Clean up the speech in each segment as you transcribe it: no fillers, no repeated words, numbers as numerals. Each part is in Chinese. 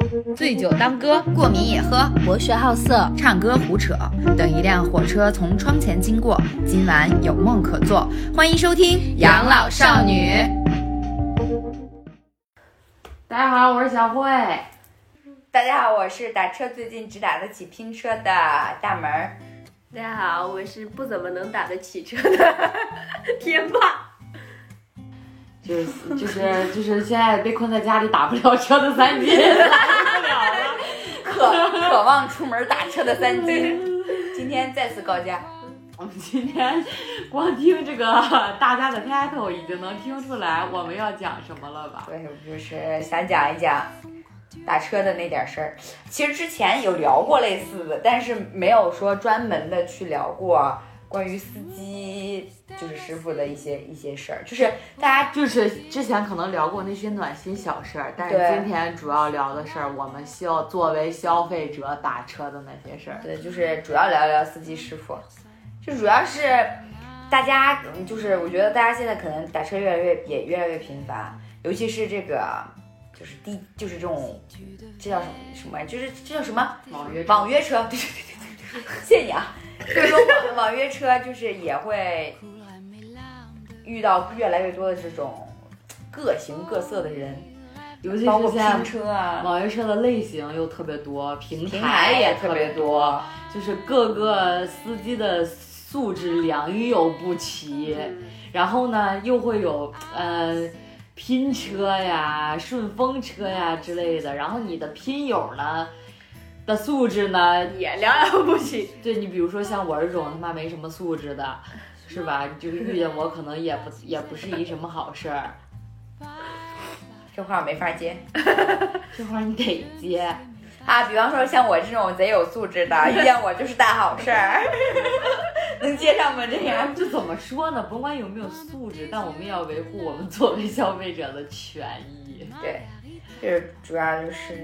醉酒当歌， 过敏也喝，博学好色， 唱歌胡扯。等一辆火车从窗前经过，今晚有梦可做。欢迎收听《养老少女》。 大家好，我是小慧。 大家好，我是打车最近只打得起拼车的大门。 大家好，我是不怎么能打得起车的天霸。 就是现在被困在家里打不了车的三金，来不了了， 渴望出门打车的三金，今天再次告假。 我们今天光听这个大家的 title 已经能听出来我们要讲什么了吧？ 对，就是想讲一讲打车的那点事儿。其实之前有聊过类似的，但是没有说专门的去聊过关于司机就是师傅的一些事儿，就是大家就是之前可能聊过那些暖心小事儿，但是今天主要聊的事儿，我们需要作为消费者打车的那些事儿。 对，就是主要聊聊司机师傅，就主要是大家就是我觉得大家现在可能打车越来越频繁，尤其是这个就是这种这叫什么就是这叫什么网约车，对，谢谢你啊。这种网约车就是也会遇到越来越多的这种各形各色的人， 尤其是现在拼车啊， 网约车的类型又特别多，平台也特别多， 就是各个司机的素质良莠不齐，然后呢又会有拼车呀、顺风车呀之类的，然后你的拼友呢的素质呢也良莠不齐。 对，你比如说像我这种他妈没什么素质的，是吧？这个遇见我可能也不是一什么好事儿。 这话没法接， 这话你得接啊！比方说像我这种贼有素质的，遇见我就是大好事儿，能接上吗？这样就怎么说呢？甭管有没有素质，但我们要维护我们作为消费者的权益。 对。就是主要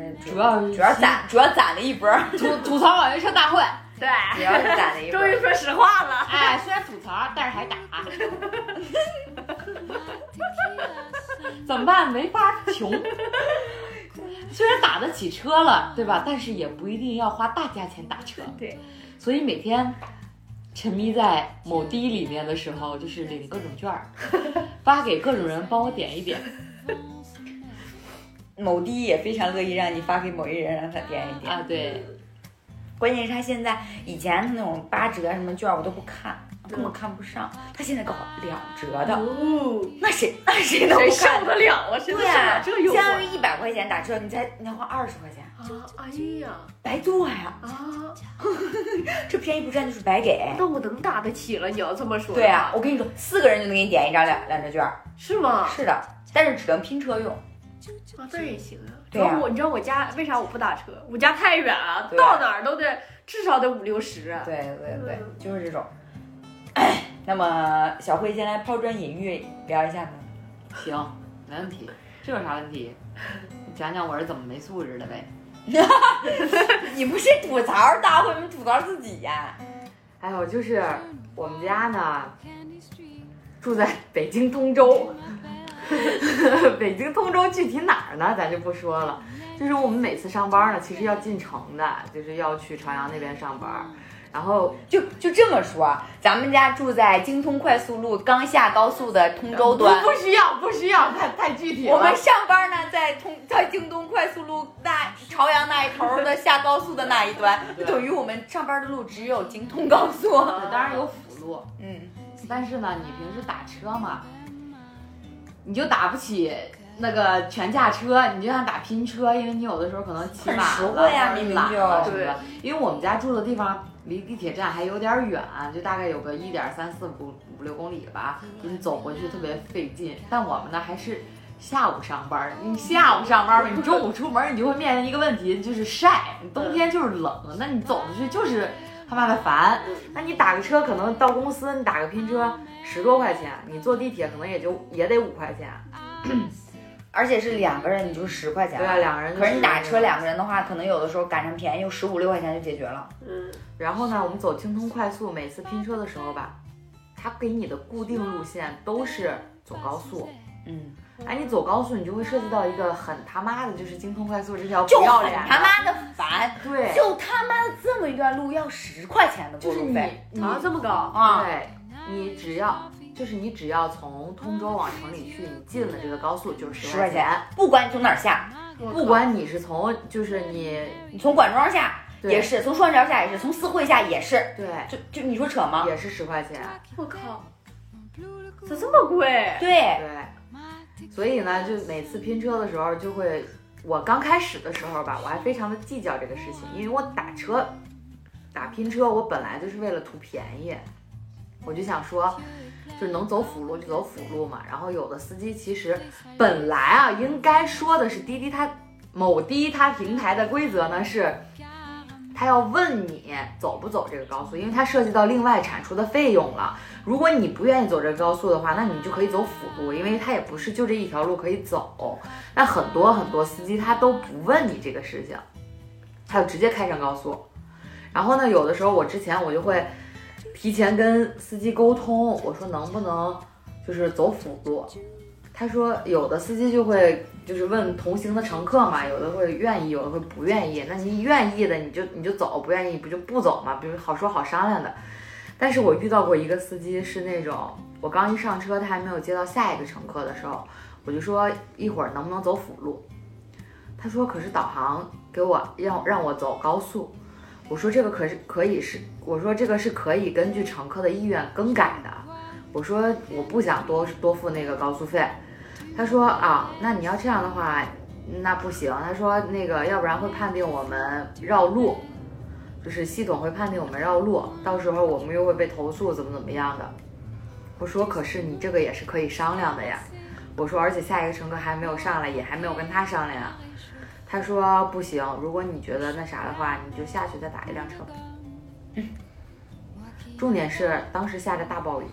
攒了一波吐槽网约车大会， 对， 主要是攒了一波。 终于说实话了， 哎，虽然吐槽，但是还打，怎么办？没法穷。虽然打得起车了，对吧？但是也不一定要花大价钱打车。 对， 所以每天沉迷在某滴里面的时候，就是领各种券儿，发给各种人帮我点一点。 某滴也非常乐意让你发给某一人，让他点一点啊。对， 关键是他现在以前的那种8折什么券我都不看，根本看不上。他现在搞2折的，那谁能不看？ 谁受得了啊？谁能受得了这个诱惑？ 相当于100块钱打车，你要花20块钱啊！哎呀， 白做呀！ 啊， 这便宜不占就是白给。 那我能打得起了？你要这么说？ 对啊，我跟你说，4个人就能给你点一张2折券， 是吗？ 是的，但是只能拼车用。 啊，这也行啊。 对啊， 你知道我家为啥我不打车？我家太远了，到哪儿都得至少得50-60。 对，就是这种。那么小慧先来抛砖引玉聊一下吧。 行，没问题。这有啥问题？你讲讲我是怎么没素质的呗。 你不是吐槽大会，你吐槽自己呀？ 哎呦，就是我们家呢住在北京通州。北京通州具体哪儿呢咱就不说了，就是我们每次上班呢其实要进城的，就是要去朝阳那边上班，然后就这么说，咱们家住在京通快速路刚下高速的通州端。 不需要太具体了。 我们上班呢在京东快速路朝阳那一头的下高速的那一端，就等于我们上班的路只有京通高速， 当然有辅路，但是呢你平时打车嘛你就打不起那个全价车，你就想打拼车，因为你有的时候可能骑马了呀，明明就对，因为我们家住的地方离地铁站还有点远，就大概有个1.3456公里吧，你走回去特别费劲。但我们呢还是下午上班，你下午上班吧，你中午出门你就会面临一个问题，就是晒，你冬天就是冷，那你走出去就是他妈的烦。那你打个车可能到公司，你打个拼车10多块钱，你坐地铁可能也得5块钱， 而且是2个人你就10块钱。 对啊，2个人。 可是你打车2个人的话，可能有的时候赶上便宜，用15-16块钱就解决了。 然后呢，我们走京通快速，每次拼车的时候吧，他给你的固定路线都是走高速。 哎，你走高速，你就会涉及到一个很他妈的，就是京通快速这条不就要脸的， 很他妈的烦。 对， 就他妈的这么一段路要10块钱的过就是路费你这么高啊！ 对，你只要从通州往城里去，你进了这个高速就是 10块钱，不管你从哪儿下， 不管你是从就是你从管庄下对也是，从双桥下也是，从四惠下也是， 对， 就你说扯吗？ 也是10块钱， 我靠，咋这么贵？ 对， 对，所以呢，就每次拼车的时候就会，我刚开始的时候吧，我还非常的计较这个事情，因为我打拼车，我本来就是为了图便宜，我就想说，就能走辅路就走辅路嘛。然后有的司机其实本来啊，应该说的是某滴它平台的规则呢是，他要问你走不走这个高速，因为它涉及到另外产出的费用了。如果你不愿意走这个高速的话，那你就可以走辅路，因为它也不是就这一条路可以走。那很多司机他都不问你这个事情，他就直接开上高速。然后呢，有的时候我就会提前跟司机沟通，我说能不能就是走辅路。他说有的司机就会就是问同行的乘客嘛，有的会愿意，有的会不愿意。那你愿意的你就走，不愿意不就不走嘛，比如好说好商量的。但是我遇到过一个司机是那种，我刚一上车，他还没有接到下一个乘客的时候，我就说一会儿能不能走辅路。他说可是导航给我让我走高速。我说这个我说这个是可以根据乘客的意愿更改的。我说我不想多付那个高速费。他说啊，那你要这样的话，那不行。他说那个要不然会判定我们绕路，就是系统会判定我们绕路，到时候我们又会被投诉，怎么样的。我说可是你这个也是可以商量的呀。我说而且下一个乘客还没有上来，也还没有跟他商量。他说不行，如果你觉得那啥的话，你就下去再打一辆车吧。重点是当时下着大暴雨，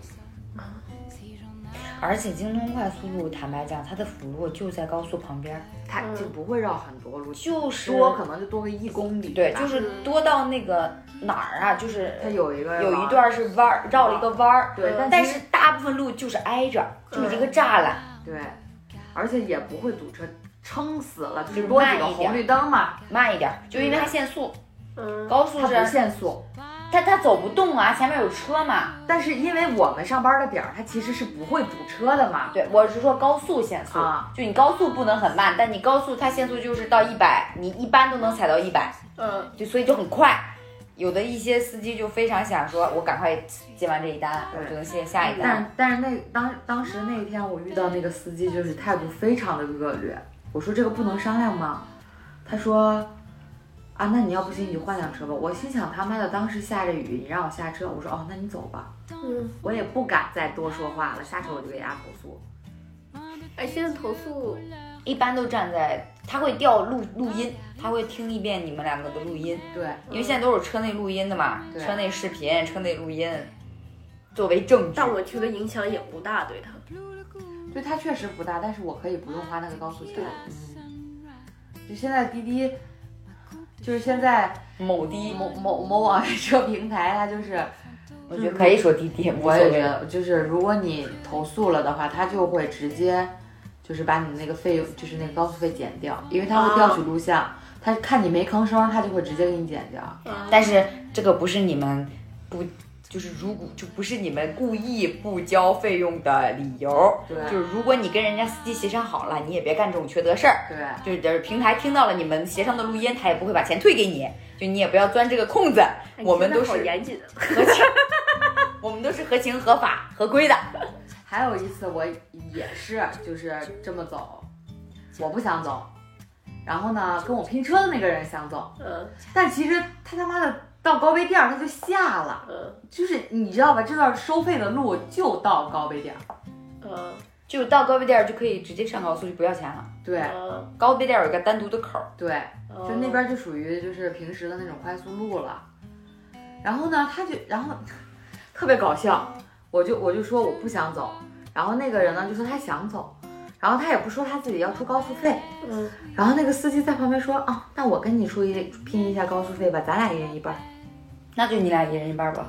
而且京通快速路，坦白讲，它的辅路就在高速旁边， 它就不会绕很多路， 就是多可能就多个1公里。 对，就是多到那个哪儿啊，就是它有一段是弯儿，绕了一个弯儿。 对， 但是大部分路就是挨着，就是一个栅栏。 对，而且也不会堵车。撑死了，就是多几个红绿灯嘛， 慢一点，就因为它限速。高速是它不限速， 它走不动啊，前面有车嘛。 但是因为我们上班的点儿，它其实是不会堵车的嘛。 对，我是说高速限速啊， 就你高速不能很慢，但你高速它限速就是到100，你一般都能踩到100。就所以就很快。有的一些司机就非常想说，我赶快接完这一单，我就能接下一单。 但是当时那一天我遇到那个司机就是态度非常的恶劣。我说这个不能商量吗？他说啊，那你要不行你就换辆车吧。我心想他妈的，当时下着雨，你让我下车，我说哦，那你走吧。我也不敢再多说话了，下车我就给人家投诉。 哎，现在投诉一般都站在，他会调录音，他会听一遍你们两个的录音。 对， 因为现在都是车内录音的嘛，车内视频、车内录音作为证据。 但我觉得影响也不大，对他。 对，它确实不大，但是我可以不用花那个高速钱。就现在滴滴，就是现在某网约车平台，它就是， 我觉得可以说滴滴， 我也觉得，就是如果你投诉了的话，它就会直接就是把你那个费用，就是那个高速费减掉，因为它会调取录像，它看你没吭声，它就会直接给你减掉。 但是这个不是你们不。就是如果就不是你们故意不交费用的理由， 对， 就是如果你跟人家司机协商好了，你也别干这种缺德事儿， 对， 就是平台听到了你们协商的录音，他也不会把钱退给你，就你也不要钻这个空子，我们都是好严谨， 合情，我们都是合情合法合规的。 还有一次我也是就是这么走，我不想走，然后呢跟我拼车的那个人想走，但其实他妈的。到高碑店他就下了，就是你知道吧，这段收费的路就到高碑店， 就到高碑店就可以直接上高速，就不要钱了。 对， 高碑店有一个单独的口， 对，就那边就属于就是平时的那种快速路了。然后呢，然后特别搞笑，我就说我不想走，然后那个人呢就说他想走。然后他也不说他自己要出高速费，然后那个司机在旁边说啊，那我跟你拼一下高速费吧，咱俩1人1半， 那就你俩1人1半吧。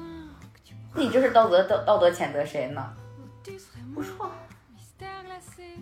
你这是道德谴责谁呢？ 不说，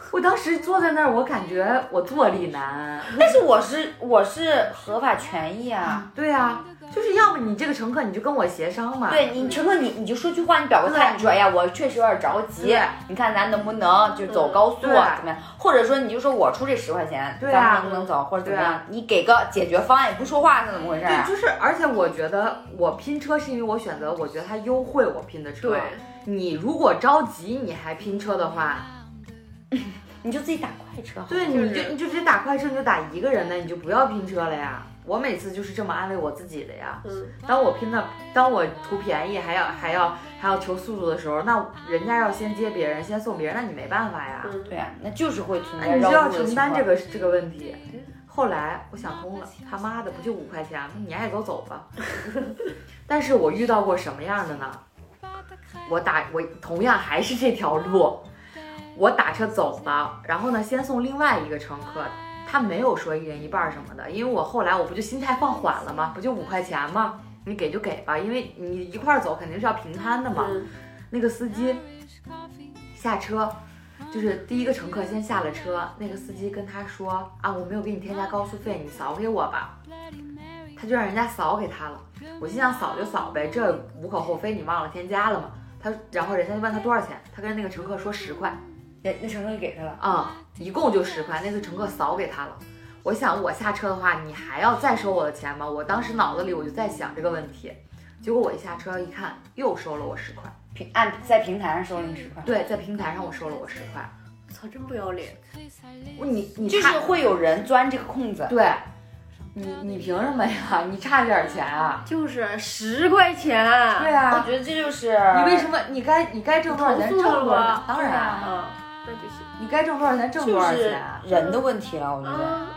我当时坐在那儿，我感觉我坐立难安。 但是我是合法权益啊。 对啊，就是要么你这个乘客你就跟我协商嘛。 对你乘客你就说句话，你表个态，你说哎呀我确实有点着急，你看咱能不能就走高速啊怎么样？或者说你就说我出这10块钱，咱们能不能走或者怎么样？你给个解决方案，也不说话是怎么回事啊？ 对，就是而且我觉得我拼车是因为我选择，我觉得它优惠我拼的车。 对， 你如果着急你还拼车的话。 你就自己打快车， 对，你就直接打快车，你就打一个人的，你就不要拼车了呀。我每次就是这么安慰我自己的呀。当我图便宜还要求速度的时候，那人家要先接别人，先送别人，那你没办法呀。 对呀，那就是会存在你就要绕路的承担这个问题。后来我想通了，他妈的不就5块钱吗？你爱走吧。但是我遇到过什么样的呢？我同样还是这条路。我打车走了，然后呢，先送另外一个乘客，他没有说1人1半什么的，因为我后来我不就心态放缓了吗？不就5块钱吗？你给就给吧，因为你一块走肯定是要平摊的嘛。那个司机下车，就是第一个乘客先下了车，那个司机跟他说啊，我没有给你添加高速费，你扫给我吧。他就让人家扫给他了，我心想扫就扫呗，这无可厚非，你忘了添加了嘛。然后人家就问他多少钱，他跟那个乘客说10块。 那乘客就给他了啊、一共就10块，那个乘客扫给他了。我想我下车的话，你还要再收我的钱吗？我当时脑子里我就在想这个问题，结果我一下车一看，又收了我10块， 在平台上收了你10块。 对，在平台上我收了我10块。 操，真不要脸！ 你就是会有人钻这个空子。 对，你凭什么呀？你差这点钱啊？ 就是10块钱。 对啊， 我觉得这就是你为什么你该挣多少钱挣多少钱？当然啊，那就行。 你该挣多少钱挣多少钱， 人的问题了，我觉得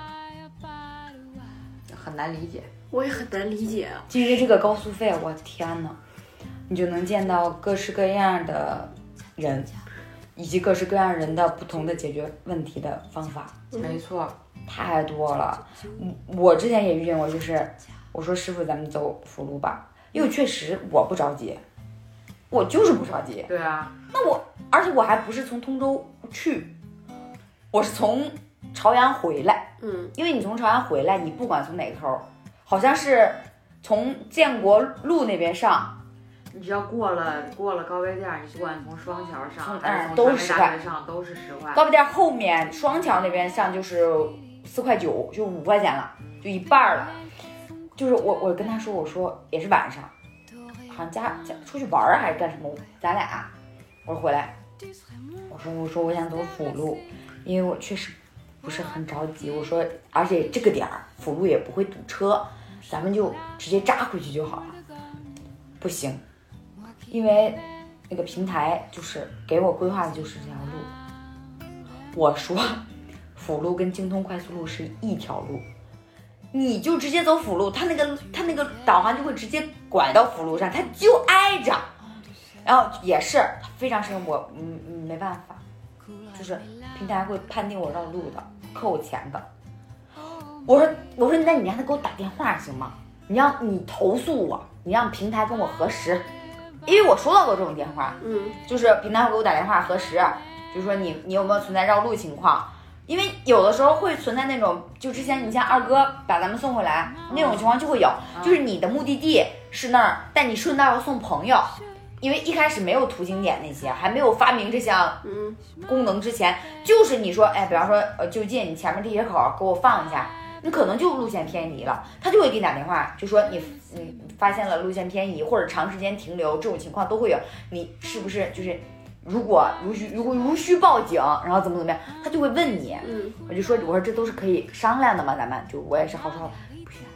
很难理解。 我也很难理解。 就因为这个高速费，我天哪，你就能见到各式各样的人，以及各式各样人的不同的解决问题的方法。 没错， 太多了。我之前也遇见过，就是我说师傅咱们走辅路吧，因为确实我不着急，我就是不着急。 对啊， 而且我还不是从通州去，我是从朝阳回来。因为你从朝阳回来，你不管从哪个头，好像是从建国路那边上， 你只要过了高碑店，你不管从双桥上还是从都是10块上，都是10块。 高碑店后面双桥那边上就是4块9，就5块钱了，就一半了。就是我跟他说，我说也是晚上，好像家出去玩还是干什么，咱俩我说回来，我说我想走辅路，因为我确实不是很着急。我说而且这个点儿辅路也不会堵车，咱们就直接扎回去就好了。不行，因为那个平台就是给我规划的就是这条路。我说辅路跟京通快速路是一条路，你就直接走辅路，它那个导航就会直接拐到辅路上，它就挨着。然后也是非常适合我，没办法，就是平台会判定我绕路的，扣我钱的。我说那你让他给我打电话行吗？你投诉我，你让平台跟我核实，因为我收到过这种电话，就是平台会给我打电话核实，就是说你有没有存在绕路情况。因为有的时候会存在那种，就之前你像二哥把咱们送回来那种情况就会有，就是你的目的地是那儿，但你顺道要送朋友，因为一开始没有途经点那些，还没有发明这项功能之前，就是你说，哎，比方说就近你前面地铁口给我放一下，你可能就路线偏移了，他就会给你打电话，就说你发现了路线偏移或者长时间停留这种情况都会有，你是不是就是如果如需报警，然后怎么样，他就会问你。我就说这都是可以商量的嘛，咱们就我也是好说不行，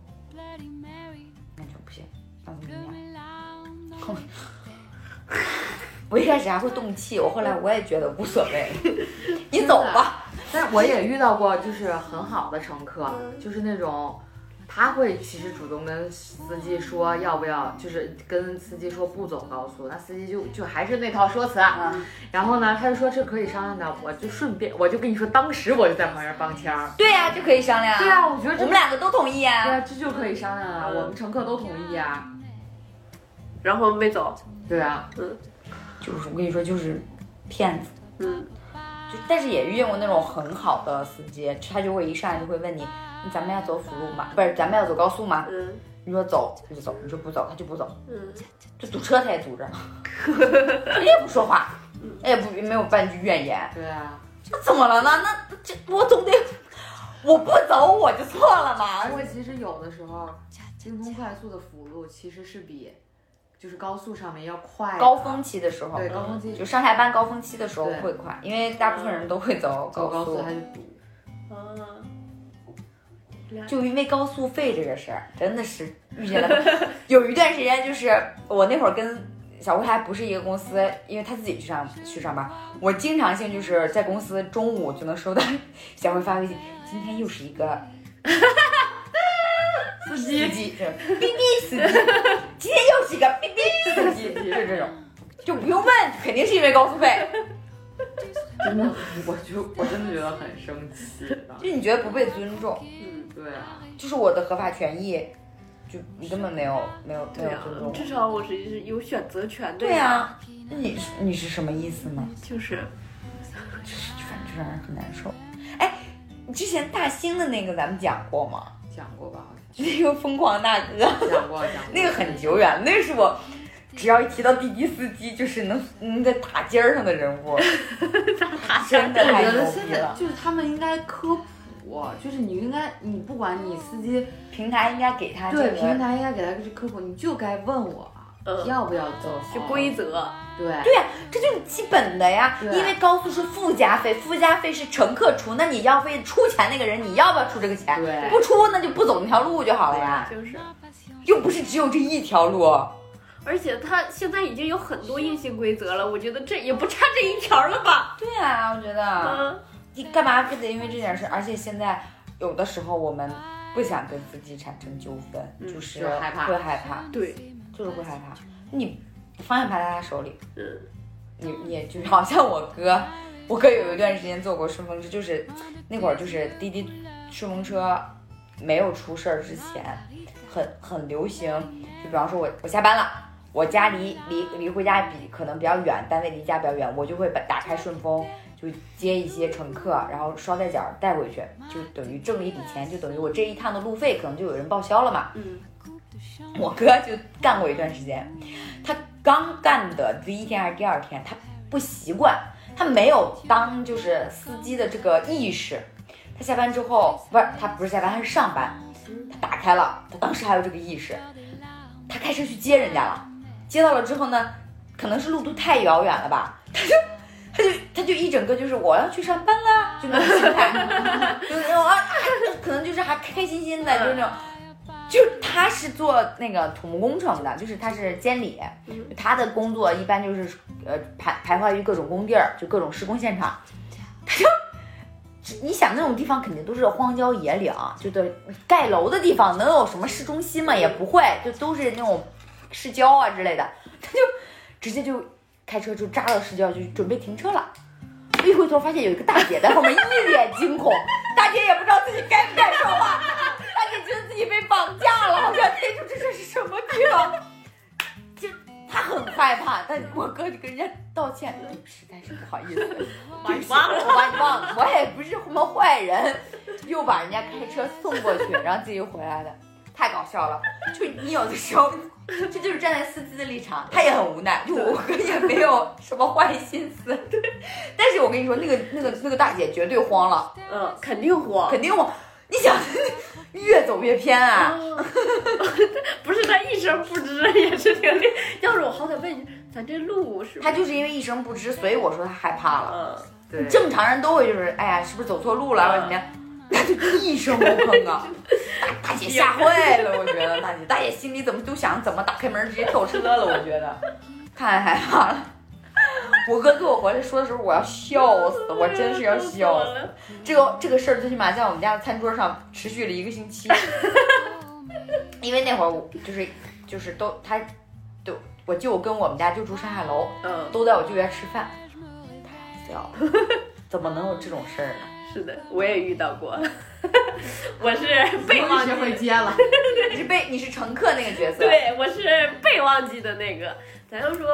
那就不行，那怎么样？我一开始还会动气，我后来我也觉得无所谓，你走吧。 但是我也遇到过就是很好的乘客，就是那种。他会其实主动跟司机说要不要，就是跟司机说不走高速，那司机就还是那套说辞，然后呢他就说这可以商量的，我就顺便我就跟你说，当时我就在旁边帮腔。 对呀，就可以商量。 对啊，我觉得我们两个都同意啊。 对啊，这就可以商量啊，我们乘客都同意啊。 然后没走。 对啊， 就是我跟你说就是骗子。 但是也遇见过那种很好的司机，他就会一上来就会问你，咱们要走辅路吗？不是，咱们要走高速吗？你说走他就走，你说不走他就不走。就堵车他也堵着，他也不说话，也没有半句怨言。 对啊， 那怎么了呢？那这我总得我不走我就错了嘛。 不过其实有的时候，京通快速的辅路其实是比就是高速上面要快。 高峰期的时候， 对高峰期就上下班高峰期的时候会快，因为大部分人都会走高速， 它就堵。 就因为高速费这个事儿，真的是遇见了。有一段时间就是我那会儿跟小吴还不是一个公司，因为他自己去上班，我经常性就是在公司中午就能收到小辉发微信，今天又是一个司机，哔哔司机，今天又是一个哔哔司机，就是这种，就不用问，肯定是因为高速费。 真的，我真的觉得很生气。 就你觉得不被尊重， 对啊， 就是我的合法权益，就你根本没有尊重。 至少我是有选择权的。 对啊，你是什么意思呢？ 就是反正就让人很难受。哎，之前大兴的那个咱们讲过吗？ 讲过吧？ 那个疯狂大哥讲过， 那个很久远，那个是我。只要一提到滴滴司机，就是能在大街上的人物，真的太牛逼了。 就是他们应该科普，就是你不管你司机平台应该给他对平台应该给他这科普，你就该问我要不要走， 就规则。 对呀，这就是基本的呀。因为高速是附加费，附加费是乘客出，那你要费出钱那个人，你要不要出这个钱？ 对， 不出那就不走那条路就好了呀。 就是， 又不是只有这一条路。 而且他现在已经有很多硬性规则了，我觉得这也不差这一条了吧？ 对啊，我觉得，你干嘛非得因为这件事？而且现在有的时候我们不想跟司机产生纠纷，就是会害怕， 对， 就是会害怕。你方向盘在他手里，你也就好像我哥有一段时间坐过顺风车，就是那会儿就是滴滴顺风车没有出事儿之前，很流行。就比方说我下班了。我家离回家可能比较远，单位离家比较远，我就会打开顺丰，就接一些乘客，然后捎带脚带回去，就等于挣了一笔钱，就等于我这一趟的路费可能就有人报销了嘛。我哥就干过一段时间，他刚干的第一天还是第二天，他不习惯，他没有当就是司机的这个意识，他下班之后他不是下班，他是上班，他打开了，他当时还有这个意识，他开车去接人家了。接到了之后呢，可能是路途太遥远了吧，他就一整个就是我要去上班啦，就那种心态，就是那种可能就是还开开心心的，就是那种，就是他是做那个土木工程的，就是他是监理，他的工作一般就是徘徊于各种工地儿，就各种施工现场，他就。你想那种地方肯定都是荒郊野岭，就对，盖楼的地方能有什么市中心吗？也不会，就都是那种市郊啊之类的。他就直接就开车就扎到市郊，就准备停车了。一回头发现有一个大姐在后面一脸惊恐，大姐也不知道自己该不该说话，大姐觉得自己被绑架了，好像听出这是什么地方，就他很害怕，但我哥就跟人家道歉，实在是不好意思，我把你忘了，我也不是什么坏人，又把人家开车送过去，然后自己又回来的，太搞笑了。就你有的时候，这就是站在司机的立场，他也很无奈，就我哥也没有什么坏心思，但是我跟你说，那个大姐绝对慌了， 肯定慌， 你想。越走越偏啊！ 不是他一声不知也是挺厉害。要是我好歹问你，咱这路是？ 他就是因为一声不知，所以我说他害怕了。 对， 正常人都会就是，哎呀，是不是走错路了或者怎么样？他就一声不吭啊！大姐吓坏了，我觉得大姐心里怎么想怎么打开门直接跳车了，我觉得太害怕了。我哥跟我回来说的时候，我要笑死，我真是要笑死。这个事儿最起码在我们家的餐桌上持续了1个星期，因为那会儿我就是我舅跟我们家就住上下楼，都在我舅家吃饭，太好笑了，怎么能有这种事儿呢？ 是的，我也遇到过，我是被忘记会接了， 你是乘客那个角色， 对，我是被忘记的那个。咱就说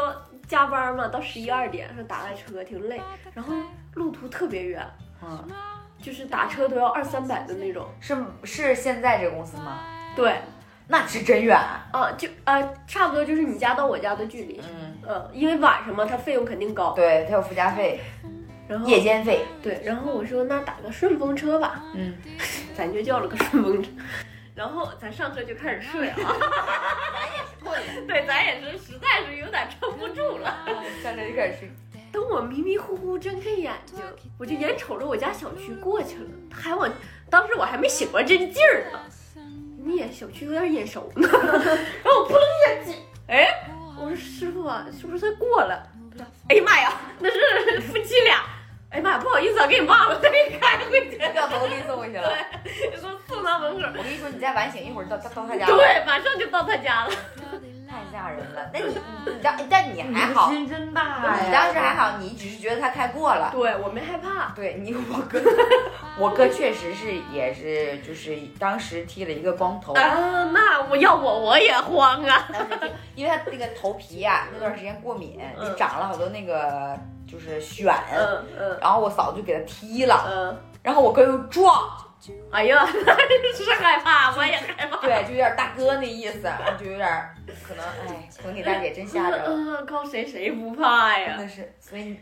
加班嘛，到11、12点说打个车挺累，然后路途特别远，就是打车都要200、300的那种。 是现在这个公司吗？ 对， 那是真远啊，差不多就是你家到我家的距离。因为晚上嘛，它费用肯定高。 对，它有附加费， 然后夜间费。 对，然后我说那打个顺风车吧，咱就叫了个顺风车，然后咱上车就开始睡啊。 咱也是困了， 对，咱也是实在是有点撑不住了， 上车就开始睡。 等我迷迷糊糊睁开眼睛，我就眼瞅着我家小区过去了，当时我还没醒过这劲儿呢，你眼小区有点眼熟呢，然后我扑棱一下挤，我说师傅啊，是不是他过了？他说，哎呀妈呀，那是夫妻俩。哎呀妈呀，不好意思啊，给你忘了，给你开回去， 掉头给你送回去了。 对，给我送到门口。 我跟你说，你再晚醒一会儿到他家。 对，马上就到他家了。 太吓人了。那但你还好， 心真大呀！ 你当时还好，你只是觉得他开过了。 对，我没害怕。 对你，我哥确实也是，就是当时剃了一个光头。 那我也慌啊。 当时剃，因为他那个头皮啊，那段时间过敏，就长了好多那个就是癣。然后我嫂子就给他踢了。然后我哥又撞。 哎呀，是害怕，我也害怕。 对，就有点大哥那意思，就有点可能给大姐真吓着了。 靠谁不怕呀？ 真的是，所以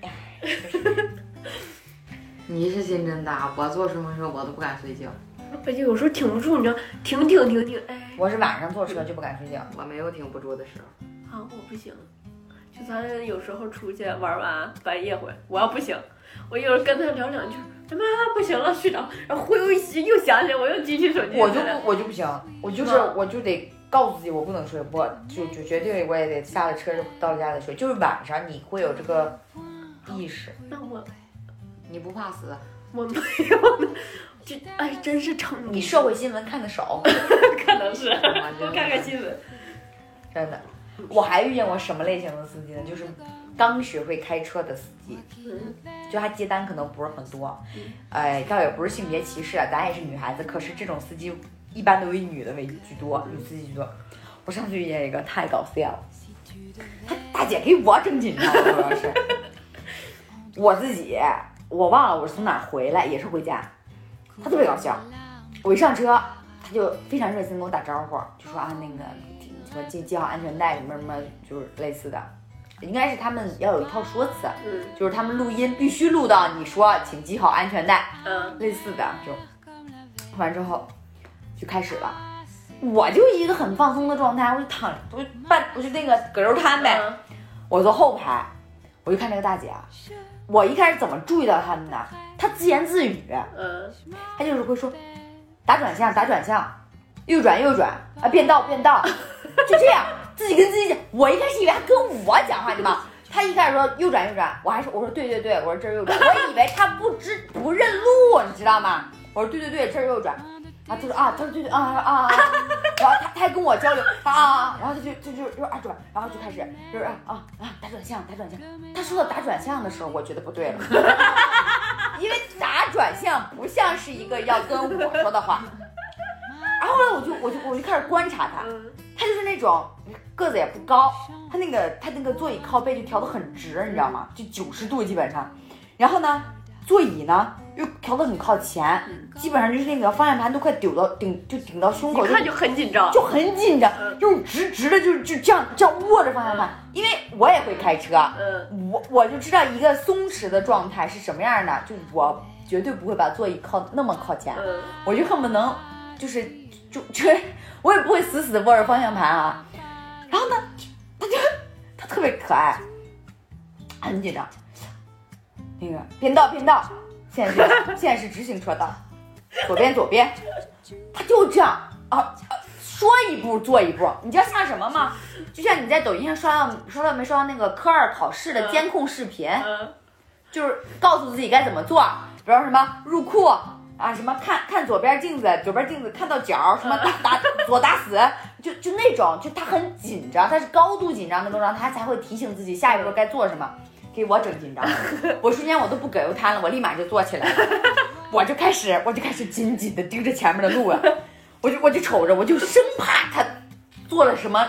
你是心真大，我坐顺风车我都不敢睡觉。 而且有时候挺不住，你知道，停， 我是晚上坐车就不敢睡觉， 我没有挺不住的时候。 我不行，就咱有时候出去玩完半夜回，我要不行，我一会儿跟他聊2句。妈不行了，睡着，然后又想起来，我又举起手机。 我就不行，我就得告诉自己我不能睡，我就绝对我也得下了车到了家再睡。就是晚上你会有这个意识。 那你不怕死？ 我没有，这真是成你社会新闻看的少， 可能是多看看新闻。 真的，我还遇见过什么类型的司机呢？就是刚学会开车的司机，就他接单可能不是很多，倒也不是性别歧视啊，咱也是女孩子，可是这种司机一般都以女的为居多，女司机居多。我上次遇见一个太搞笑了，他大姐给我整紧张了，主要是我自己我忘了我是从哪回来，也是回家，他特别搞笑，我一上车他就非常热心跟我打招呼，就说那个什么系好安全带什么什么，就是类似的。应该是他们要有一套说辞，就是他们录音必须录到你说请系好安全带，类似的就完之后就开始了。我就一个很放松的状态，我就那个葛优瘫呗，我坐后排，我就看这个大姐啊，我一开始怎么注意到他们呢？她自言自语，她就是会说打转向，右转变道，就这样。自己跟自己讲，我一开始以为他跟我讲话，你嘛，他一开始说右转，我说对，我说这是右转，我以为他不认路，你知道吗？我说对，这是右转，然后他说他说对然后他还跟我交流然后他就转，然后就开始就是打转向，他说到打转向的时候，我觉得不对了，因为打转向不像是一个要跟我说的话。然后后来我就开始观察他，他就是那种个子也不高，他那个座椅靠背就调得很直，你知道吗？就90度基本上。然后呢，座椅呢又调得很靠前，基本上就是那个方向盘都快顶到胸口， 一看就很紧张， 用直的就这样握着方向盘。因为我也会开车，我就知道一个松弛的状态是什么样的，就我绝对不会把座椅那么靠前，我就恨不能就是我也不会死的握着方向盘啊。然后呢，他特别可爱，很紧张。那个变道，现在是直行车道，左边，他就这样说一步做一步。你知道像什么吗？就像你在抖音上刷到没刷到那个科2考试的监控视频，就是告诉自己该怎么做，比如什么入库什么看左边镜子看到脚，什么左打死，就那种，就他很紧张，他是高度紧张那种，然后他才会提醒自己下一步该做什么。给我整紧张，我瞬间我都不葛优瘫了，我立马就坐起来了，我就开始紧紧的盯着前面的路啊，我就瞅着，我就生怕他做了什么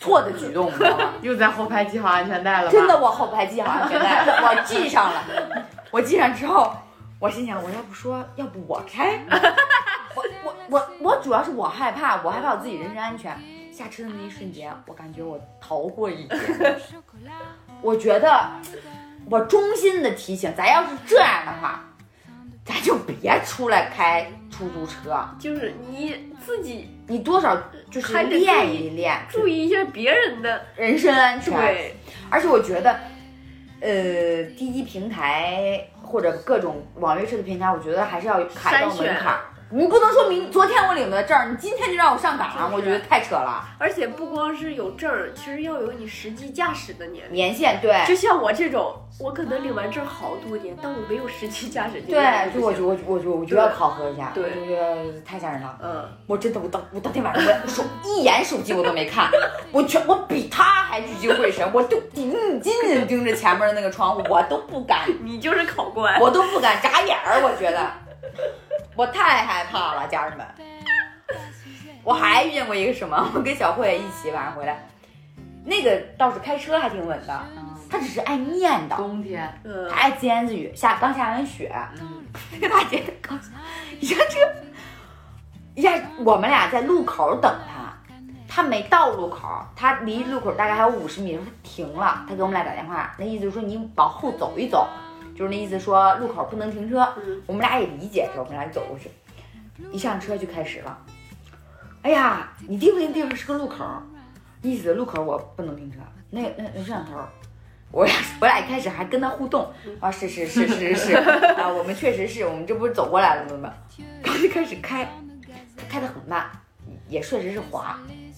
错的举动，你知道吗？ 又在后排系好安全带了吧？ 真的，我后排系好安全带，我系上了。我系上之后，我心想，我要不我开？我主要是我害怕我自己人身安全。下车的那一瞬间，我感觉我逃过一劫。我觉得，我衷心的提醒，咱要是这样的话，咱就别出来开出租车。 就是你自己， 你多少就是练一练， 注意一下别人的人身安全。 对， 而且我觉得，滴滴平台或者各种网约车的平台，我觉得还是要卡到门槛。你不能说昨天我领的证，你今天就让我上岗，我觉得太扯了。 而且不光是有证，其实要有你实际驾驶的年限。对， 就像我这种，我可能领完证好多年，但我没有实际驾驶经验。对，就我就要考核一下。 对， 我觉得太吓人了。我真的我当天晚上一眼手机我都没看，我比他还聚精会神，我就紧紧盯着前面的那个窗户，我都不敢。 你就是考官， 我都不敢眨眼儿，我觉得。我太害怕了，家人们。我还遇见过一个什么，我跟小慧一起晚上回来，那个倒是开车还挺稳的，他只是爱念叨。 冬天， 他爱自言自语，刚下完雪，那个大姐刚一下车，我们俩在路口等他没到路口，他离路口大概还有50米，他停了，他给我们俩打电话，那意思就是说你往后走一走。就是那意思说路口不能停车，我们俩也理解，我们俩就走过去，一上车就开始了。哎呀，你定不定地方是个路口？意思路口我不能停车，那摄像头，我俩一开始还跟他互动啊，是啊，我们确实是我们这不是走过来了吗？刚就开始开得很慢，也确实是滑。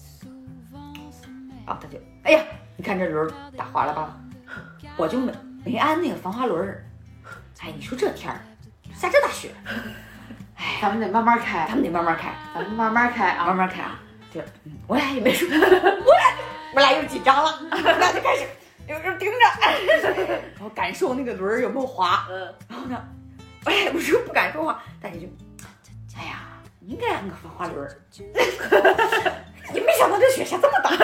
啊，他就哎呀，你看这轮打滑了吧？我就没安那个防滑轮。哎，你说这天儿下这大雪， 哎，咱们得慢慢开， 咱们慢慢开啊， 慢慢开啊。对，我俩也没说，我俩又紧张了，我俩就开始有时候盯着，然后感受那个轮有没有滑。然后呢，我俩不是不敢说话，大姐就，哎呀，应该安个防滑轮。你没想到这雪下这么大。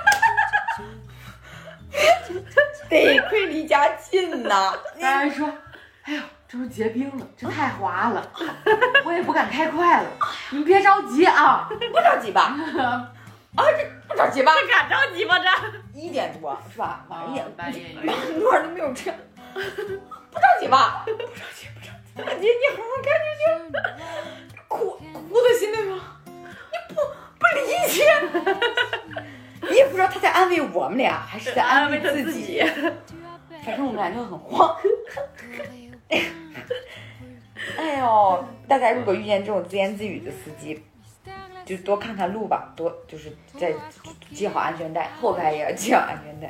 得亏离家近呐！ 刚才说，哎呦，这都结冰了，这太滑了，我也不敢开快了。你们别着急啊， 不着急吧？这不着急吧？ 这敢着急吗？这 1点多是吧？晚上1点， 半夜路上都没有车，不着急吧？不着急。大姐，你好好开就行。哭的心里说，你不理解。你也不知道他在安慰我们俩，还是在安慰自己。反正我们俩就很慌。哎呦，大家如果遇见这种自言自语的司机，就多看看路吧，就是在系好安全带，后排也要系好安全带。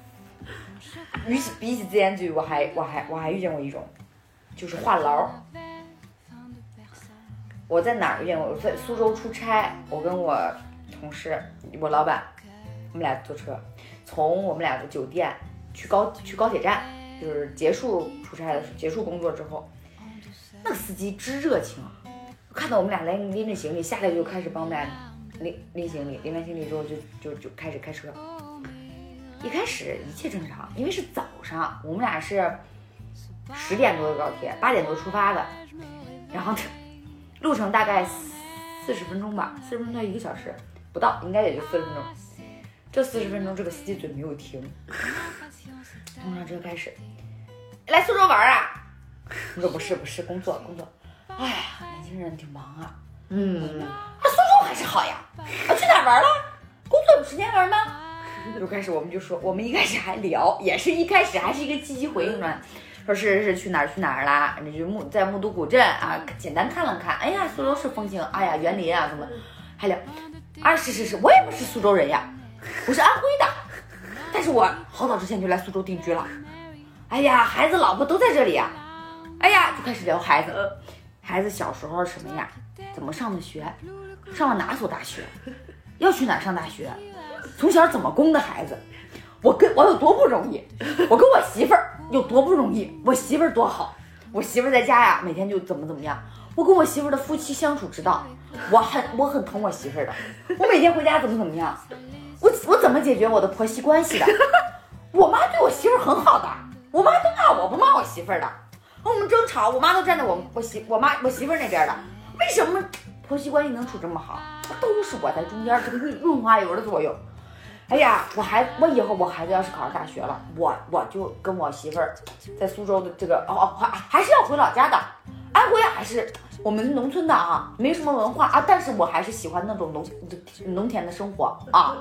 比起自言自语，我还遇见过一种，就是话痨。我在哪儿遇见过？我在苏州出差，我跟我同事，我老板。我们俩坐车，从我们俩的酒店去高铁站，就是结束出差的结束工作之后，那个司机之热情，看到我们俩拎着行李下来就开始帮我们俩拎行李，拎完行李之后就开始开车。一开始一切正常，因为是早上，我们俩是10点多的高铁，8点多出发的，然后路程大概40分钟吧，40分钟到1个小时不到，应该也就40分钟。这40分钟，这个司机嘴没有停，从上车开始，来苏州玩啊？你说不是，工作。哎呀，年轻人挺忙啊。苏州还是好呀。去哪儿玩了？工作有时间玩吗？就开始我们就说，我们一开始还聊，也是一开始还是一个积极回应状态，说是去哪儿啦？那就在木都古镇啊，简单看了看。哎呀，苏州市风情，哎呀，园林啊什么，还聊。啊，是，我也不是苏州人呀。我是安徽的，但是我好早之前就来苏州定居了。哎呀，孩子老婆都在这里呀。哎呀，就开始聊孩子小时候什么呀，怎么上的学，上了哪所大学，要去哪上大学，从小怎么供的孩子，我有多不容易，我跟我媳妇儿有多不容易，我媳妇儿多好，我媳妇儿在家呀每天就怎么样，我跟我媳妇儿的夫妻相处之道，我很疼我媳妇儿的，我每天回家怎么样。 我怎么解决我的婆媳关系的？我妈对我媳妇儿很好的，我妈都骂我不骂我媳妇儿的。我们争吵，我妈都站在我媳妇儿那边的。为什么婆媳关系能处这么好？都是我在中间这个润滑油的作用。哎呀，我以后我孩子要是考上大学了，我就跟我媳妇儿在苏州的这个还是要回老家的。安徽还是我们农村的啊，没什么文化啊，但是我还是喜欢那种农田的生活啊。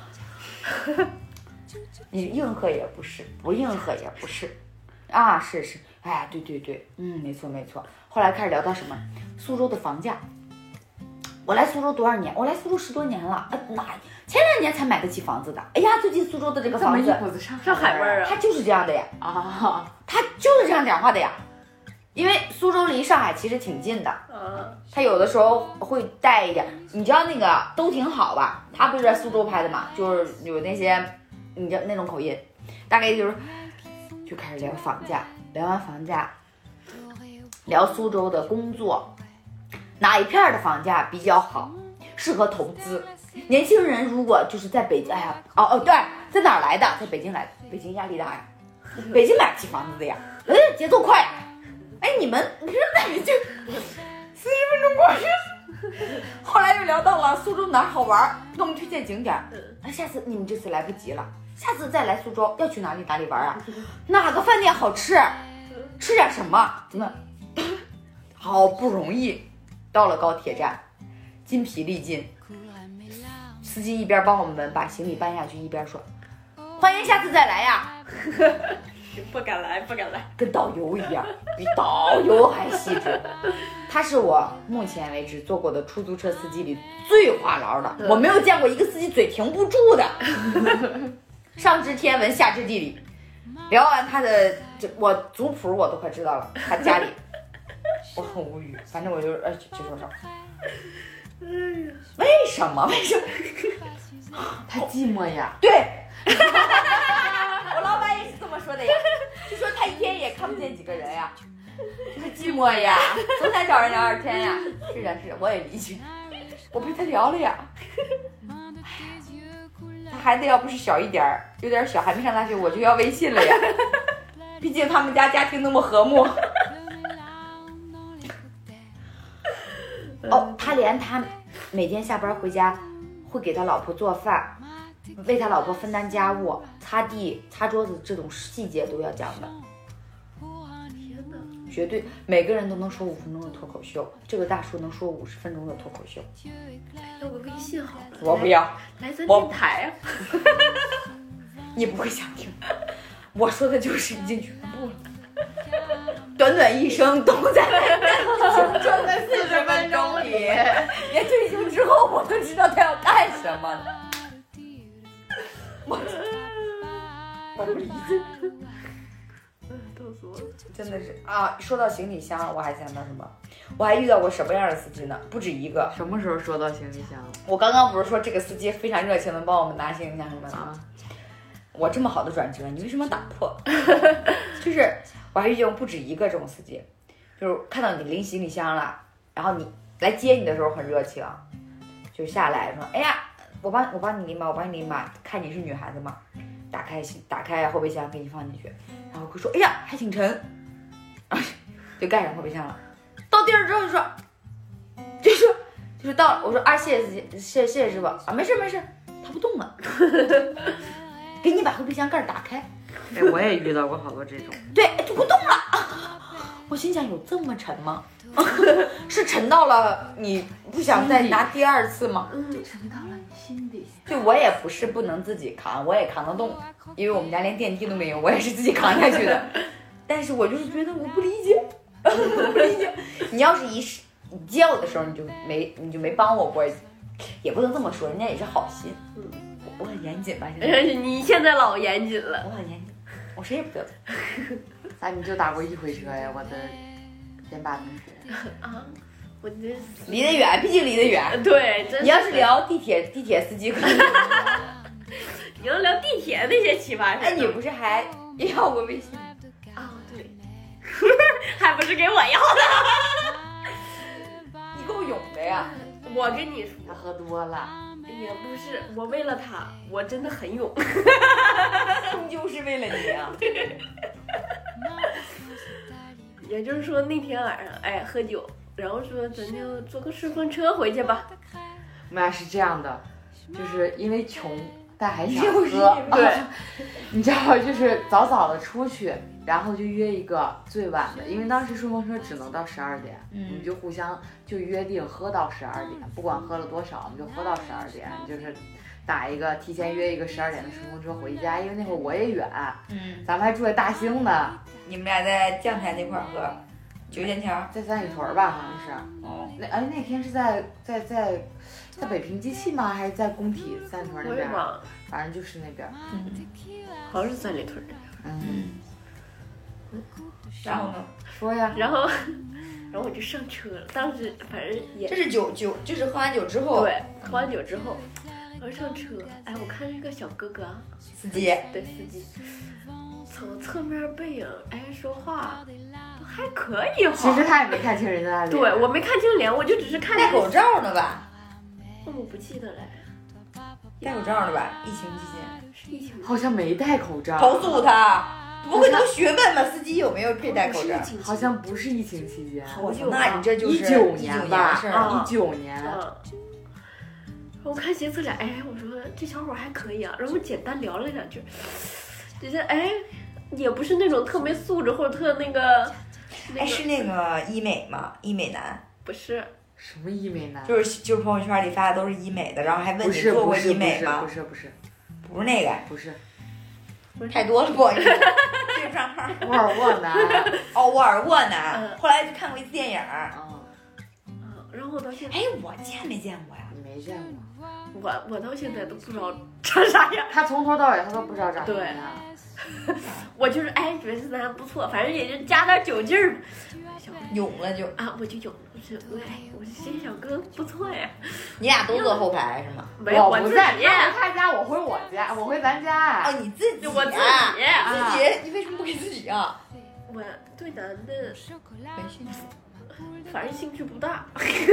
你应和也不是，不应和也不是啊，是，哎，对，没错。后来开始聊到什么？苏州的房价。我来苏州多少年？我来苏州10多年了，前2年才买得起房子的。哎呀，最近苏州的这个房子， 一股子上海味儿啊！ 它就是这样的呀啊， 它就是这样讲话的呀。因为苏州离上海其实挺近的，它有的时候会带一点，你知道那个都挺好吧？它不是在苏州拍的嘛，就是有那些你知道那种口音，大概就开始聊房价，聊完房价，聊苏州的工作，哪一片的房价比较好，适合投资。年轻人如果就是在北京，哎呀，对，在哪儿来的？在北京来的，北京压力大呀，北京买不起房子的呀，节奏快。哎，你说那你就40分钟过去。后来又聊到了苏州哪儿好玩，给我们推荐景点。下次你们这次来不及了，下次再来苏州要去哪里玩啊？哪个饭店好吃？吃点什么？怎么？好不容易到了高铁站，筋疲力尽，司机一边帮我们把行李搬下去，一边说：“欢迎下次再来呀。” 不敢来， 跟导游一样，比导游还细致。他是我目前为止做过的出租车司机里最话痨的，我没有见过一个司机嘴停不住的。上知天文，下知地理，聊完他的我族谱我都快知道了，他家里我很无语，反正我就说什么，为什么他寂寞呀？ 对。我老板也是这么说的呀，就说他一天也看不见几个人呀，就是寂寞呀，总想找人聊聊天呀。是的，我也理解，我陪他聊了呀。他孩子要不是小一点儿，有点小，还没上大学，我就要微信了呀。毕竟他们家庭那么和睦。他连他每天下班回家会给他老婆做饭，为他老婆分担家务，擦地擦桌子，这种细节都要讲的。 天哪， 绝对每个人都能说5分钟的脱口秀，这个大叔能说50分钟的脱口秀。 要个微信好了。 我不要， 来咱电台啊。 你不会想听，我说的就是已经全部了。短短一生都在青春的40分钟里，连退休之后我都知道他要干什么了。我不理解， 逗死我了！ 真的是啊！说到行李箱，我还想到什么？我还遇到过什么样的司机呢？不止一个。 什么时候说到行李箱？ 我刚刚不是说这个司机非常热情的帮我们拿行李箱什么的吗？我这么好的转折，你为什么打破？就是我还遇见过不止一个这种司机，就是看到你拎行李箱了，然后你来接你的时候很热情，就下来说：“哎呀，我帮你拎吧，我帮你拎吧。”看你是女孩子嘛，打开后备箱给你放进去，然后会说：“哎呀，还挺沉。”就盖上后备箱了。到地儿之后就是到了，我说啊，谢谢司机，谢谢师傅啊，没事，他不动了。给你把后备箱盖打开。 哎，我也遇到过好多这种。 对，就不动了。我心想，有这么沉吗？是沉到了你不想再拿第二次吗？ 沉到了你心底。 就我也不是不能自己扛，我也扛得动，因为我们家连电梯都没有，我也是自己扛下去的。但是我就是觉得我不理解，不理解。你要是你接我的时候你就没帮我过，也不能这么说，人家也是好心。我很严谨吧？现在你现在老严谨了。 我很严谨，我谁也不得罪。 咋你就打过一回车呀？我的前8同学啊，我这离得远，毕竟离得远。 对，真你要是聊地铁司机可能。 你要聊地铁那些奇葩事。 哎，你不是还要过微信？ 啊，对，还不是给我要的。 你够勇的呀！ 我跟你说， 他喝多了。 也不是，我为了他，我真的很勇。 终究是为了你啊。 也就是说那天晚上，哎，喝酒，然后说咱就坐个顺风车回去吧。 我们俩是这样的，就是因为穷，但还想又是喝。 对， 你知道，就是早早的出去，然后就约一个最晚的，因为当时顺风车只能到12点，我们就互相就约定喝到12点，不管喝了多少，我们就喝到12点，就是打一个提前约一个12点的顺风车回家，因为那会儿我也远，咱们还住在大兴呢。 你们俩在将台那块儿喝，九仙桥， 在三里屯吧，好像是。 哦， 那天是在北平机器吗？还是在工体三里屯那边？反正就是那边。 好像是三里屯的。 然后呢？ 说呀。 然后我就上车了。当时反正也这是就是喝完酒之后。 对，喝完酒之后，然后上车，哎，我看是个小哥哥， 司机， 对司机，从侧面背影，哎，说话都还可以哈。 其实他也没看清人家的脸。 对，我没看清脸，我就只是看戴口罩呢吧？ 我不记得了。 戴口罩呢吧？疫情期间。 是疫情。 好像没戴口罩。 投诉他。不会能询问吗？司机有没有佩戴口罩？ 好像不是疫情期间。 好久。 那你这就是 19年吧 ？19 年。 我看行测俩，哎，我说这小伙还可以啊，然后简单聊了两句，觉得哎，也不是那种特没素质或者特那个。 哎，是那个医美吗？医美男？ 不是。 什么医美男？ 就是朋友圈里发的都是医美的，然后还问你做过医美吗？ 不是那个。 不是。 太多了，不好意思，对不上号。 沃尔沃男。 哦，沃尔沃男。后来就看过一次电影。 然后我到现在， 哎，我见没见过呀？ 你没见过。 我到现在都不知道长啥样。 他从头到尾他都不知道长啥样。 对。我就是哎，觉得这男不错，反正也就加点酒劲儿， 涌了就啊，我就涌，我这小哥不错呀。 你俩都坐后排是吗？ 没有， 我不在，他回他家，我回我家，我回咱家。 哦，你自己， 我自己， 你为什么不给自己啊？ 我对男的没兴趣，反正兴趣不大。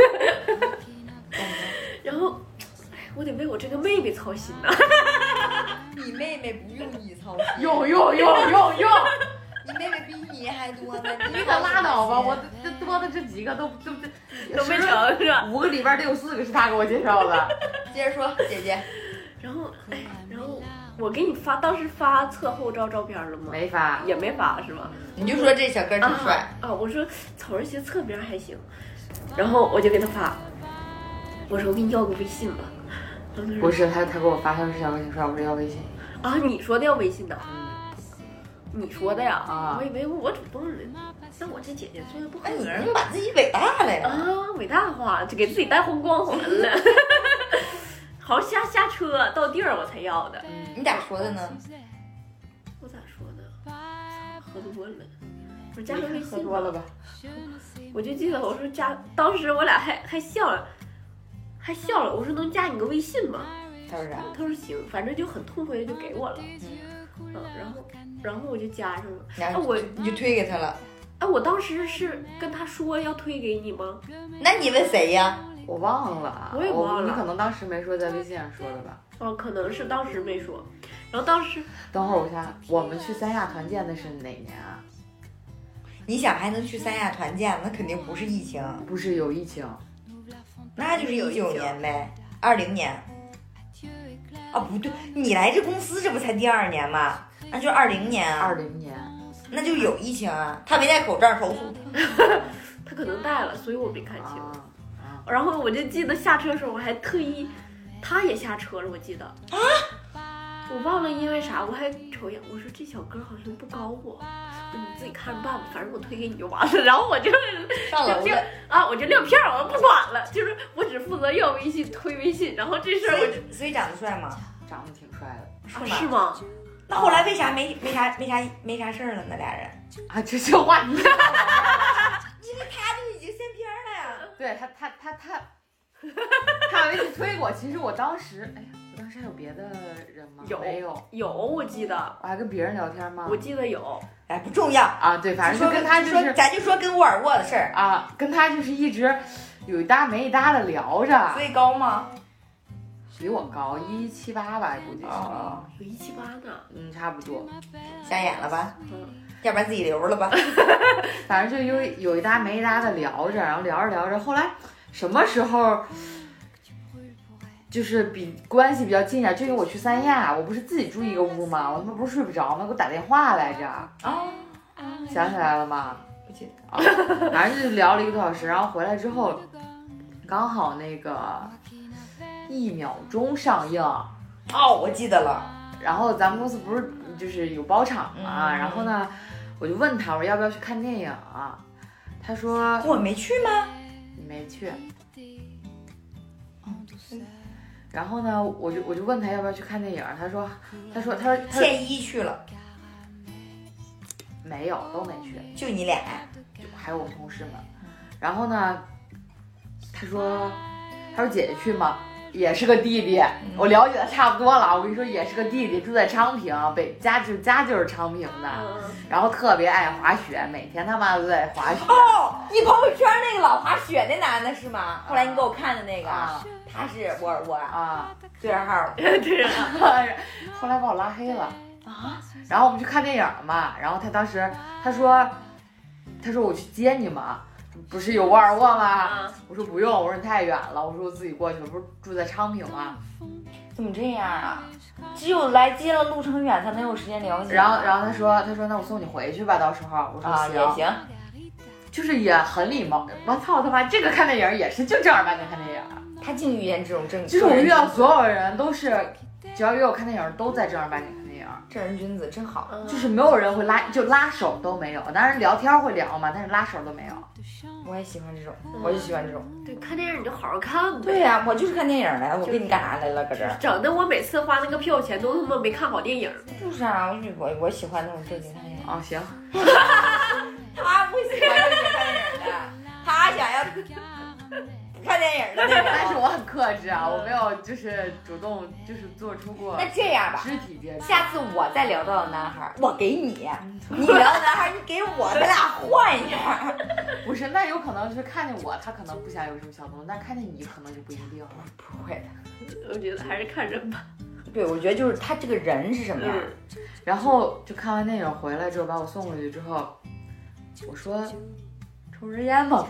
然后，我得为我这个妹妹操心呐。 你妹妹不用你操心。 用。 你妹妹比你还多呢， 你可拉倒吧！我这多的这几个都没成是吧 ？5个里边得有4个是他给我介绍的。 接着说，姐姐。 然后我给你当时发侧后照片了吗？ 没发， 也没发是吗？ 你就说这小哥挺帅啊！我说瞅着些侧边还行，然后我就给他发，我说我给你要个微信吧。 不是他给我发，他说是小哥挺帅，我说要微信。 啊，你说的要微信的？你说的呀？ 啊， 我以为我主动的。那我这姐姐做的不合格。 你就把自己伟大了呀！ 啊，伟大化，就给自己带红光环了。好下车到地儿我才要的。 你咋说的呢？ 我咋说的？喝多了，我加个微信。 喝多了吧？ 我就记得我说加，当时我俩还笑了，我说能加你个微信吗？ 他说啥？ 他说行，反正就很痛快的就给我了。然后我就加上了。 然后你就推给他了。 哎，我当时是跟他说要推给你吗？ 那你问谁呀？ 我忘了， 我也忘了。 你可能当时没说，在微信上说的吧？ 哦，可能是当时没说。然后当时， 等会儿我想，我们去三亚团建的是哪年啊？ 你想还能去三亚团建，那肯定不是疫情， 不是有疫情， 那就是19年呗，20年。哦，不对，你来这公司这不才第2年吗？那就20年啊。 20年， 那就有疫情啊。他没戴口罩，投诉他。 他可能戴了，所以我没看清。然后我就记得下车的时候，我还特意，他也下车了，我记得啊，我忘了因为啥，我还瞅一眼，我说这小哥好像不高我，你自己看着办吧，反正我推给你就完了。然后我就上楼了啊，我就撂片我不管了，就是我只负责要微信推微信，然后这事儿我就。 所以长得帅吗？ 长得挺帅的， 是吗？ 那后来为啥没啥事儿了呢？俩人啊，这句话你。 因为他就已经先片了呀。 对他微信推过，其实我当时，哎呀，我当时还有别的人吗？ 有，我记得。 我还跟别人聊天吗？ 我记得有。 哎，不重要啊，对，反正就跟他就是， 咱就说跟沃尔沃的事儿啊，跟他就是一直有一搭没一搭的聊着。 所以高吗？ 比我高178吧，估计是。 哦， 有178呢。 差不多。 瞎眼了吧？要不然自己留了吧？ 反正就有一搭没一搭的聊着，然后聊着，后来什么时候就是关系比较近啊？就因为我去三亚，我不是自己住一个屋吗？我他妈不是睡不着吗？给我打电话来着。想起来了吗？ 不记得。 反正就聊了1个多小时，然后回来之后，刚好那个1秒钟上映。 我记得了。 然后咱们公司不是就是有包场嘛，然后呢，我就问他我说要不要去看电影啊？他说我没去吗？ 你没去。然后呢，我就问他要不要去看电影，他说倩一去了， 没有，都没去， 就你俩呀， 还有我们同事们。然后呢，他说姐姐去吗？也是个弟弟，我了解的差不多了。我跟你说，也是个弟弟，住在昌平，家就是昌平的，然后特别爱滑雪，每天他妈都在滑雪。 你朋友圈那个老滑雪那男的是吗？后来你给我看的那个，他是我对上号了， 对啊。 后来把我拉黑了然后我们去看电影嘛，然后他当时他说我去接你嘛。不是有沃尔沃吗？我说不用，我说你太远了，我说我自己过去了，不是住在昌平吗？ 怎么这样啊？只有来接了路程远才能有时间了解。 然后他说那我送你回去吧，到时候我说行也行， 就是也很礼貌。我操他妈，这个看电影也是就正儿八经看电影。 他净遇见这种就是我遇到所有人都是，只要约我看电影都在正儿八经看电影。 正人君子真好， 就是没有人会拉手都没有，当然聊天会聊嘛，但是拉手都没有。 我也喜欢这种，我就喜欢这种。 对，看电影你就好好看呗。 对呀，我就是看电影来，我跟你干啥来了？搁这儿整的我每次花那个票钱都他妈没看好电影。 就是啊，我喜欢那种正经看电影。 行。 他不喜欢正经看电影的，他想要不看电影的那种。 但是我很克制啊，我没有就是主动就是做出过。 那这样吧， 肢体接触。 下次我再聊到的男孩，我给你；你聊的男孩，你给我，咱俩换一下。 不是，那有可能就是看见我，他可能不想有什么小动作，但看见你可能就不一定了。 不会的， 我觉得还是看人吧。 对，我觉得就是他这个人是什么样。 然后就看完电影回来之后，把我送回去之后，我说抽根烟吧。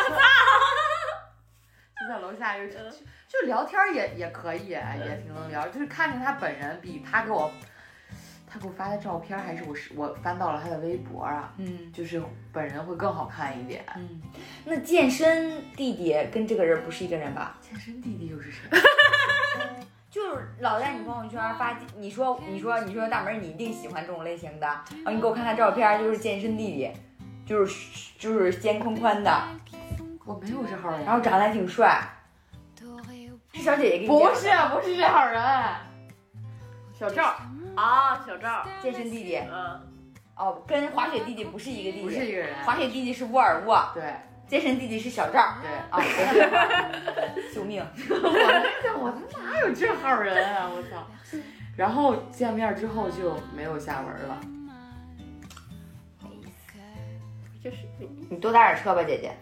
就在楼下就聊天也可以，也挺能聊。就是看见他本人比他给我发的照片，还是我翻到了他的微博啊，就是本人会更好看一点。 那健身弟弟跟这个人不是一个人吧？ 健身弟弟又是谁？ 就是老在你朋友圈发，你说大门你一定喜欢这种类型的，然后你给我看他照片，就是健身弟弟，就是肩宽宽的。 我没有这号人， 然后长得还挺帅，是小姐姐给你不是这号人，小赵啊，小赵健身弟弟，跟滑雪弟弟不是一个弟弟， 不是一个人， 滑雪弟弟是沃尔沃， 对， 健身弟弟是小赵， 对救命！ 我哪有这号人啊！我操！然后见面之后就没有下文了。 就是你多打点车吧，姐姐。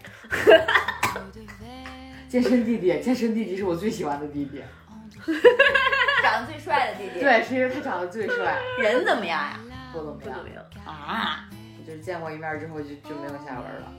健身弟弟是我最喜欢的弟弟， 长得最帅的弟弟。 对，是因为他长得最帅。 人怎么样呀？ 不怎么样啊！ 就是见过一面之后就没有下文了。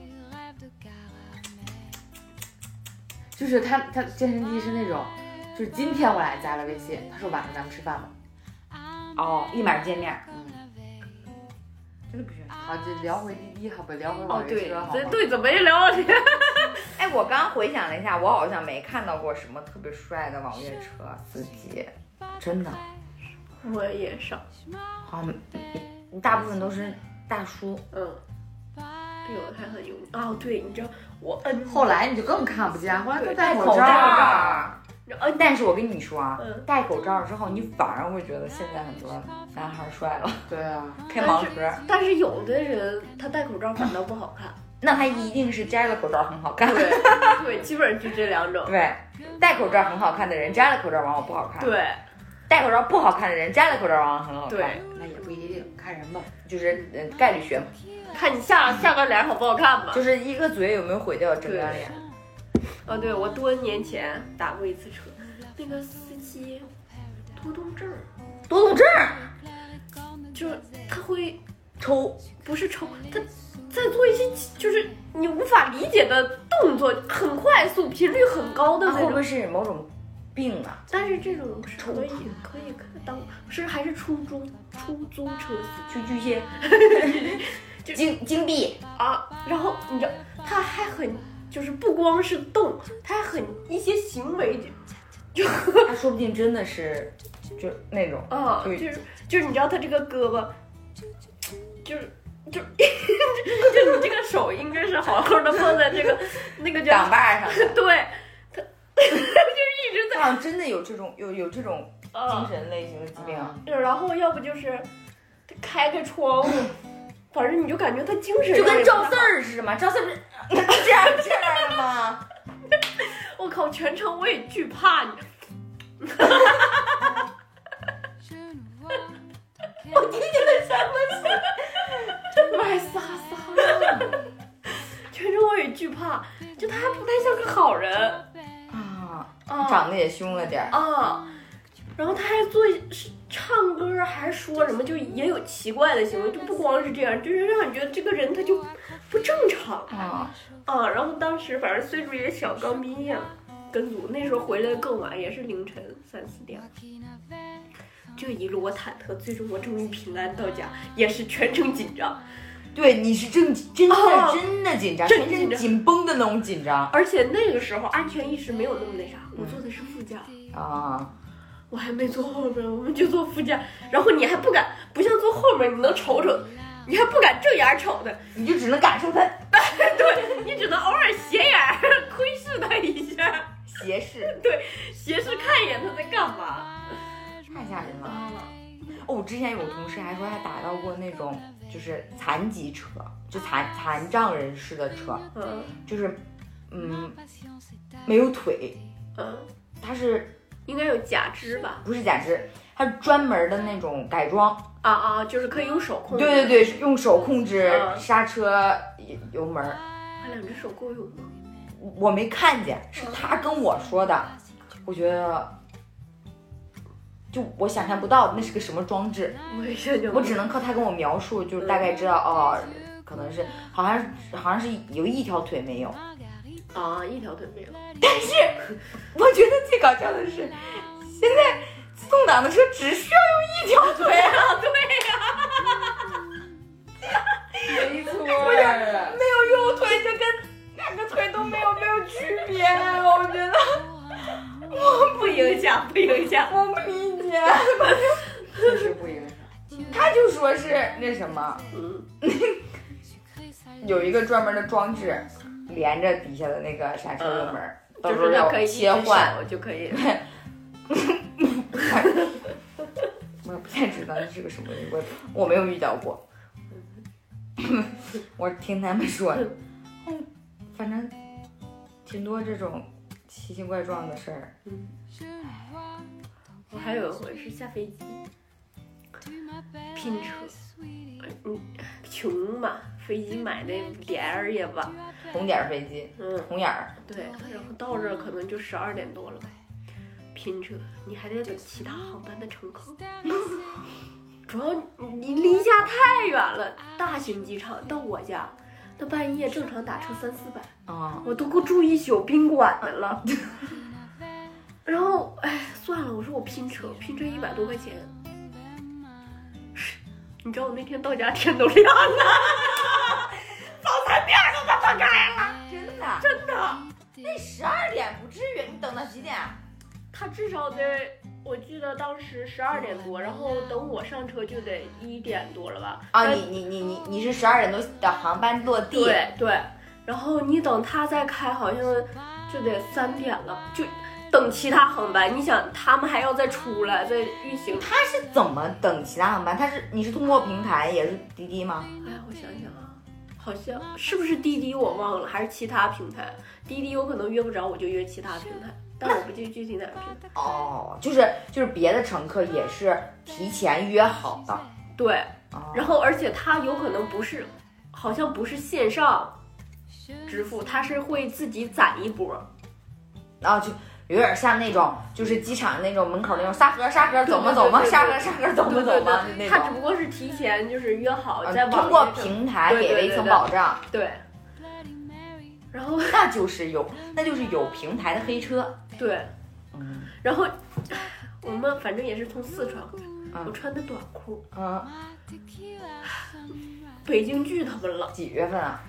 就是他健身弟是那种，就是今天我俩加了微信，他说晚上咱们吃饭吧。 立马见面。真的不行。 好，就聊回滴滴，好吧，聊回网约车，好吗？ 对，怎么也聊了？ 哎，我刚回想了一下，我好像没看到过什么特别帅的网约车司机，真的。 我也少。 好，大部分都是大叔。 有的还很油腻。对，你知道我后来你就更看不见，后来他戴口罩。但是我跟你说啊，戴口罩之后，你反而会觉得现在很多男孩帅了。 对啊， 开盲盒。 但是有的人他戴口罩反倒不好看， 那他一定是摘了口罩很好看。 对，基本上就这两种。 对，戴口罩很好看的人，摘了口罩往往不好看。 对， 戴口罩不好看的人，摘了口罩往往很好看。 对， 那也不一定，看人吧， 就是概率学嘛。 看你下个脸好不好看吧。 就是一个嘴有没有毁掉整张脸。 对，我多年前打过一次车，那个司些多动症， 多动症就是他会抽， 不是抽，他在做一些就是你无法理解的动作，很快速，频率很高的那种。 会不会是某种病啊？ 但是这种是可以当是还是出租车司去巨蟹，金币啊，然后你知道他还很就是不光是动，他还很一些行为就他说不定真的是就那种啊，就是你知道他这个胳膊就是就你这个手应该是好好的放在这个那个叫挡把上的， 对，他就是一直在， 好像真的有这种有这种精神类型的疾病啊。 然后要不就是他开个窗户，反正你就感觉他精神就跟赵四儿似的嘛，赵四儿不是这样的吗？ 我靠，全程我也惧怕你。我听见了什么？麦撒撒，全程我也惧怕，就他还不太像个好人啊，长得也凶了点啊。然后他还唱歌，还说什么，就也有奇怪的行为，就不光是这样，就是让你觉得这个人他就不正常啊。然后当时反正岁数也小，刚毕业跟组，那时候回来的更晚，也是凌晨3、4点。这一路我忐忑，最终我终于平安到家，也是全程紧张。 对，你是真的紧张，全身紧绷的那种紧张。 而且那个时候安全意识没有那么那啥，我坐的是副驾啊。 我还没坐后边，我们就坐副驾，然后你还不敢，不像坐后面你能瞅瞅，你还不敢正眼瞅他， 你就只能感受他， 对，你只能偶尔斜眼窥视他一下， 斜视， 对，斜视看一眼他在干嘛， 太吓人了。哦，我之前有个同事还说他打到过那种就是残疾车，就残障人士的车，就是没有腿，他是。 应该有假肢吧？ 不是假肢，它是专门的那种改装就是可以用手控制。 对，用手控制刹车、油门。 他两只手够用吗？ 我没看见，是他跟我说的。我觉得，就我想象不到那是个什么装置。 我也想象。 我只能靠他跟我描述，就大概知道可能是好像是有一条腿没有。 一条腿没有， 但是我觉得最搞笑的是，现在自动挡的车只需要用一条腿啊！ 对呀，没错， 没有用腿就跟两个腿都没有区别，我觉得我不影响， 我不理解， 确实不影响。 他就说是那什么，有一个专门的装置。连着底下的那个刹车油门，到时候要切换就可以。 我不太知道这是个什么东西，我没有遇到过。我听他们说，反正挺多这种奇形怪状的事儿。 我还有一回是下飞机拼车，穷嘛，飞机买的点儿也晚。 红点飞机，红眼儿。 对，然后到这儿可能就12点多了吧。拼车，你还得等其他航班的乘客。主要你离家太远了，大型机场到我家，那半夜正常打车3、400我都够住一宿宾馆的了。然后算了，我说我拼车100多块钱。你知道我那天到家天都亮了。早餐店都他妈开了，真的。 那12点不至于，你等到几点啊？ 他至少得，我记得当时12点多，然后等我上车就得1点多了吧？ 你是12点多的航班落地？ 对，然后你等他再开，好像就得3点了，就等其他航班。你想，他们还要再出来再运行。 他是怎么等其他航班？你是通过平台也是滴滴吗？ 我想想啊。好像是不是滴滴我忘了，还是其他平台？滴滴有可能约不着，我就约其他平台，但我不记得具体哪个平台。 就是别的乘客也是提前约好的。 对，然后而且他有可能好像不是线上支付，他是会自己攒一波。 有点像那种就是机场那种门口那种沙盒走嘛走嘛，沙盒走嘛走嘛那种。 他只不过是提前就是约好在通过平台给了一层保障。 对。然后那就是有平台的黑车。 对。然后我们反正也是从四川回来，我穿的短裤。北京巨他们冷。 几月份啊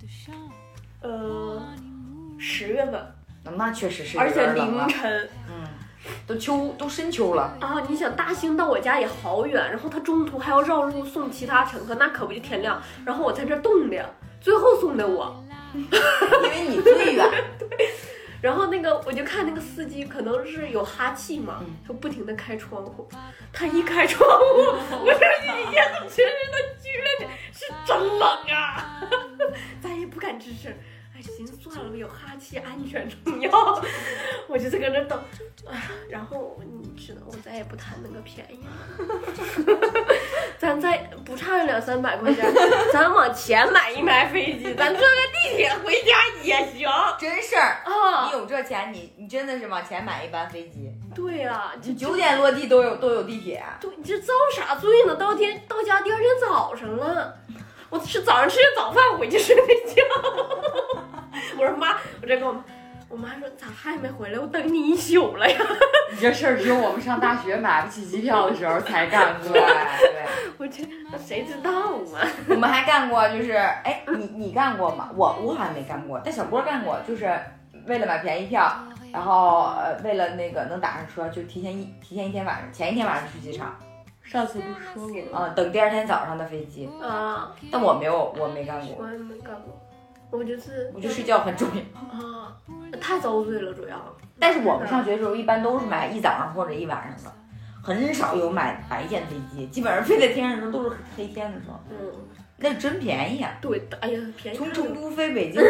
？10月份。 那确实是， 而且凌晨。 都深秋了啊！你想大兴到我家也好远，然后他中途还要绕路送其他乘客，那可不就天亮？然后我在这冻的，最后送的我， 因为你最远。 对。然后我就看那个司机可能是有哈气嘛，就不停的开窗户。他一开窗户，我这眼睛都撅的，是真冷啊！咱也不敢吱声。寻思算了，有哈气安全重要，我就在搁那等，然后你知道我再也不贪那个便宜了，咱再不差200-300块钱，咱往前买一买飞机，咱坐个地铁回家也行。 真事儿啊！你有这钱，你真的是往前买一班飞机。 对呀， 你9点落地都有地铁。 对，你这遭啥罪呢？到家第二天早上了，我早上吃早饭回去睡觉。我说妈，我这跟我妈说咋还没回来？我等你一宿了呀！ 你这事儿只有我们上大学买不起机票的时候才干过。 对， 我这谁知道嘛？ 我们还干过，就是你干过吗？我好像没干过，但小郭干过，就是为了买便宜票，然后为了那个能打上车，就提前一天晚上，前一天晚上去机场。 上次不是说过吗？等第二天早上的飞机啊。 但我没干过。 我也没干过。我觉得睡觉很重要啊，太遭罪了主要。 但是我们上学的时候一般都是买一早上或者一晚上的，很少有买白天飞机，基本上飞在天上的时候都是黑天的时候。那真便宜啊！ 对，哎呀，便宜。 从成都飞北京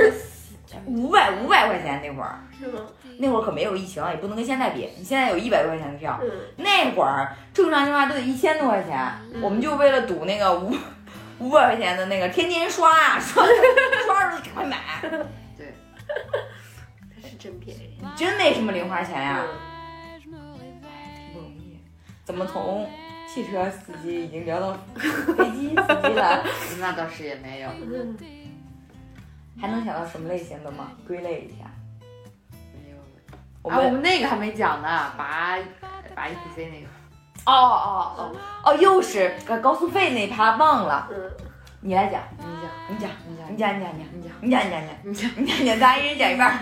500块钱那会儿。 是吗？ 那会儿可没有疫情，也不能跟现在比。你现在有100多块钱的票，那会儿正常情况下都得1000多块钱，我们就为了赌那个500块钱的那个天天刷着赶快买。 对， 这是真便宜， 真没什么零花钱呀。挺不容易，怎么从汽车司机已经聊到飞机司机了？ 那倒是也没有。 还能想到什么类型的吗？归类一下。 没有。 我们那个还没讲呢，拔 ETC 那个。 哦，又是高速费那趴忘了。你来讲，你讲，咱一人讲一半。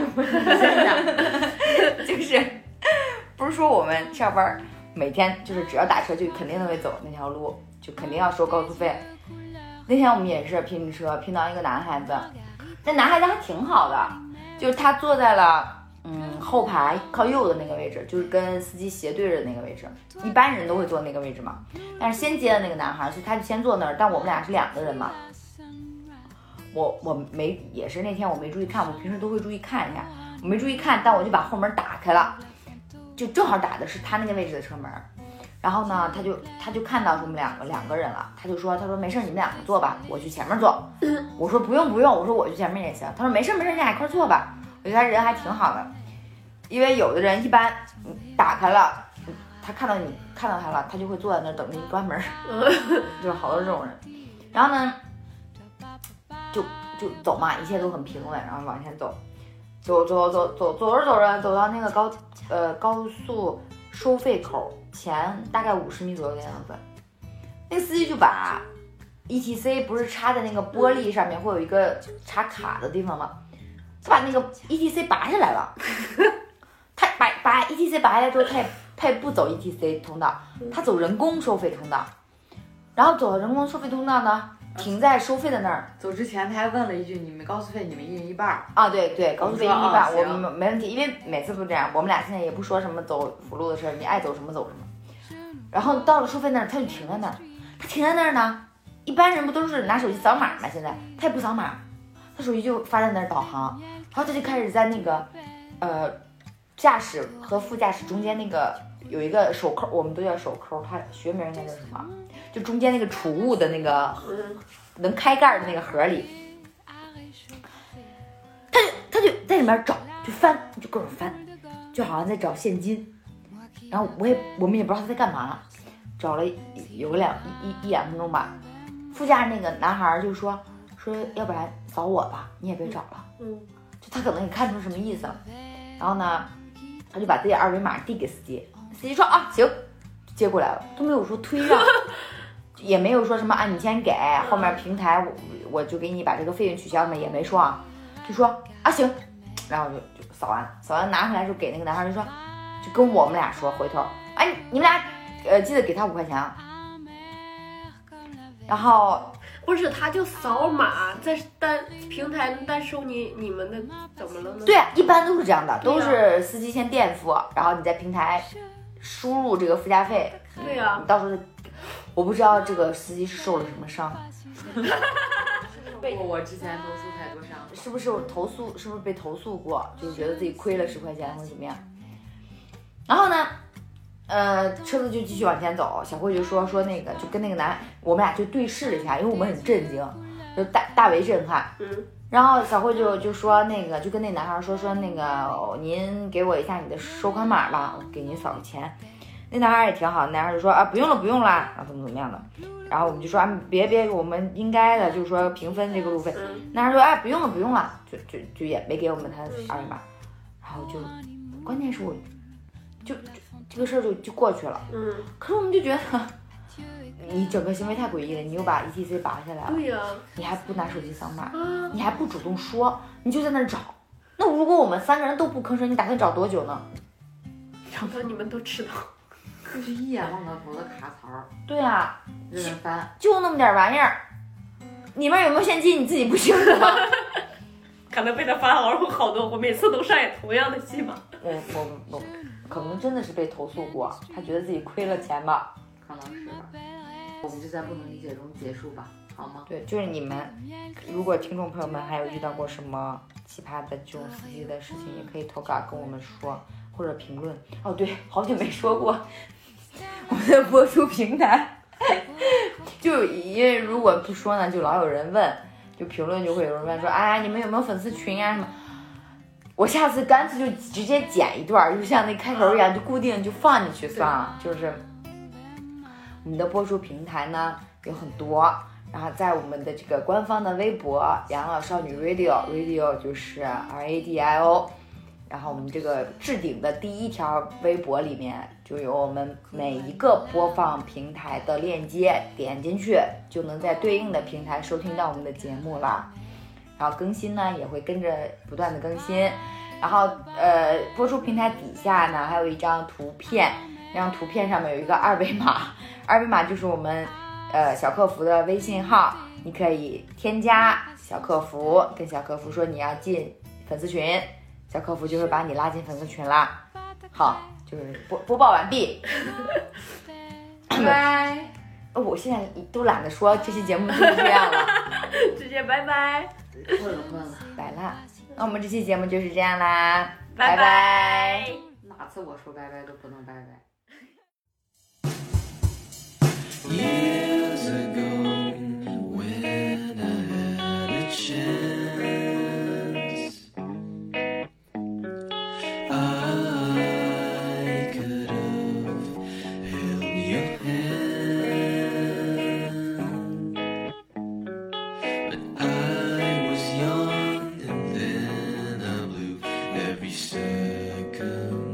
就是不是说我们上班每天就是只要打车就肯定都会走那条路，就肯定要收高速费。那天我们也是拼车拼到一个男孩子，那男孩子还挺好的，就是他坐在了后排靠右的那个位置，就是跟司机斜对着的那个位置，一般人都会坐那个位置嘛。但是先接的那个男孩，所以他就先坐那儿，但我们俩是2个人嘛。我没，也是那天我没注意看，我平时都会注意看一下，我没注意看，但我就把后门打开了，就正好打的是他那个位置的车门。然后呢，他就看到是我们两个人了，他说没事，你们2个坐吧，我去前面坐。我说不用，我说我去前面也行。他说没事，你俩一块坐吧。我觉得他人还挺好的，因为有的人一般打开了，他看到他了，他就会坐在那儿等着你关门，就是好多这种人。然后呢，就走嘛，一切都很平稳，然后往前走着走到那个高速收费口前大概50米左右的样子，那个司机就把 ETC 不是插在那个玻璃上面会有一个插卡的地方吗？他把那个 ETC 拔下来了。他把 ETC 拔下来之后，他也不走 ETC 通道，他走人工收费通道。然后走到人工收费通道呢，停在收费的那儿。 走之前他还问了一句：“你们高速费你们1人1半？” 啊，对，高速费1人1半，我们没问题，因为每次都这样。我们俩现在也不说什么走辅路的事儿，你爱走什么走什么。然后到了收费那儿，他就停在那儿。他停在那儿呢，一般人不都是拿手机扫码吗？现在他也不扫码，他手机就发在那儿导航，然后他就开始在那个驾驶和副驾驶中间那个有一个手扣，我们都叫手扣，它学名应该叫什么？就中间那个储物的那个能开盖的那个盒里，他就在里面找，就翻，就各种翻， 就好像在找现金，然后我们也不知道他在干嘛，找了有个一两分钟吧。副驾那个男孩就说要不然扫我吧，你也别找了。就他可能也看出什么意思了。然后呢，他就把自己二维码递给司机，司机说啊行，接过来了，都没有说推让，也没有说什么啊你先给，后面平台我就给你把这个费用取消嘛，也没说啊，就说啊行，然后就扫完拿回来就给那个男孩，就说就跟我们俩说，回头哎你们俩记得给他5块钱啊。然后不是，他就扫码在平台单收你们的，怎么了呢？ 对啊，一般都是这样的，都是司机先垫付，然后你在平台输入这个附加费。 对呀， 你到时候我不知道这个司机是受了什么伤。 我之前投诉太多伤， 是不是被投诉过？就是觉得自己亏了10块钱或者怎么样。然后呢，车子就继续往前走，小慧就说那个，就跟那个我们俩就对视了一下，因为我们很震惊，就大为震撼。然后小慧就说那个，就跟那男孩说那个，您给我一下你的收款码吧，我给您扫个钱。那男孩也挺好，男孩就说啊不用了，然后怎么样的。然后我们就说啊别，我们应该的，就是说平分这个路费。男孩说哎不用了，就也没给我们他二维码。然后就关键是我就这个事儿就过去了。可是我们就觉得你整个行为太诡异了，你又把 ETC 拔下来了， 对呀， 你还不拿手机扫码，你还不主动说，你就在那儿找。那如果我们3个人都不吭声，你打算找多久呢？ 找到你们都知道， 就是一眼望到头的卡槽。 对啊， 任人翻， 就那么点玩意儿，里面有没有现金你自己不清楚吗？ 可能被他发好多，我每次都上演同样的戏码。 我可能真的是被投诉过，他觉得自己亏了钱吧。 可能是吧。我们就在不能理解中结束吧，好吗？ 对，就是你们，如果听众朋友们还有遇到过什么奇葩的这种司机的事情，也可以投稿跟我们说，或者评论。哦，对，好久没说过我们的播出平台，就因为如果不说呢，就老有人问，就评论就会有人问说，哎，你们有没有粉丝群呀什么？我下次干脆就直接剪一段，就像那开头一样，就固定就放进去算了，就是。我们的播出平台呢有很多，然后在我们的这个官方的微博养老少女 radio 就是 RADIO， 然后我们这个置顶的第一条微博里面就有我们每一个播放平台的链接，点进去就能在对应的平台收听到我们的节目了。然后更新呢也会跟着不断的更新，然后播出平台底下呢还有一张图片，那张图片上面有一个二维码，二维码就是我们小客服的微信号，你可以添加小客服，跟小客服说你要进粉丝群，小客服就会把你拉进粉丝群啦。好，就是播报完毕。 拜拜。 我现在都懒得说这期节目就是这样了， 直接拜拜。 困了， 来啦。那我们这期节目就是这样啦， 拜拜。 哪次我说拜拜都不能拜拜。 Years ago, when I had a chance, I could have held your hand, but I was young and then I blew every second.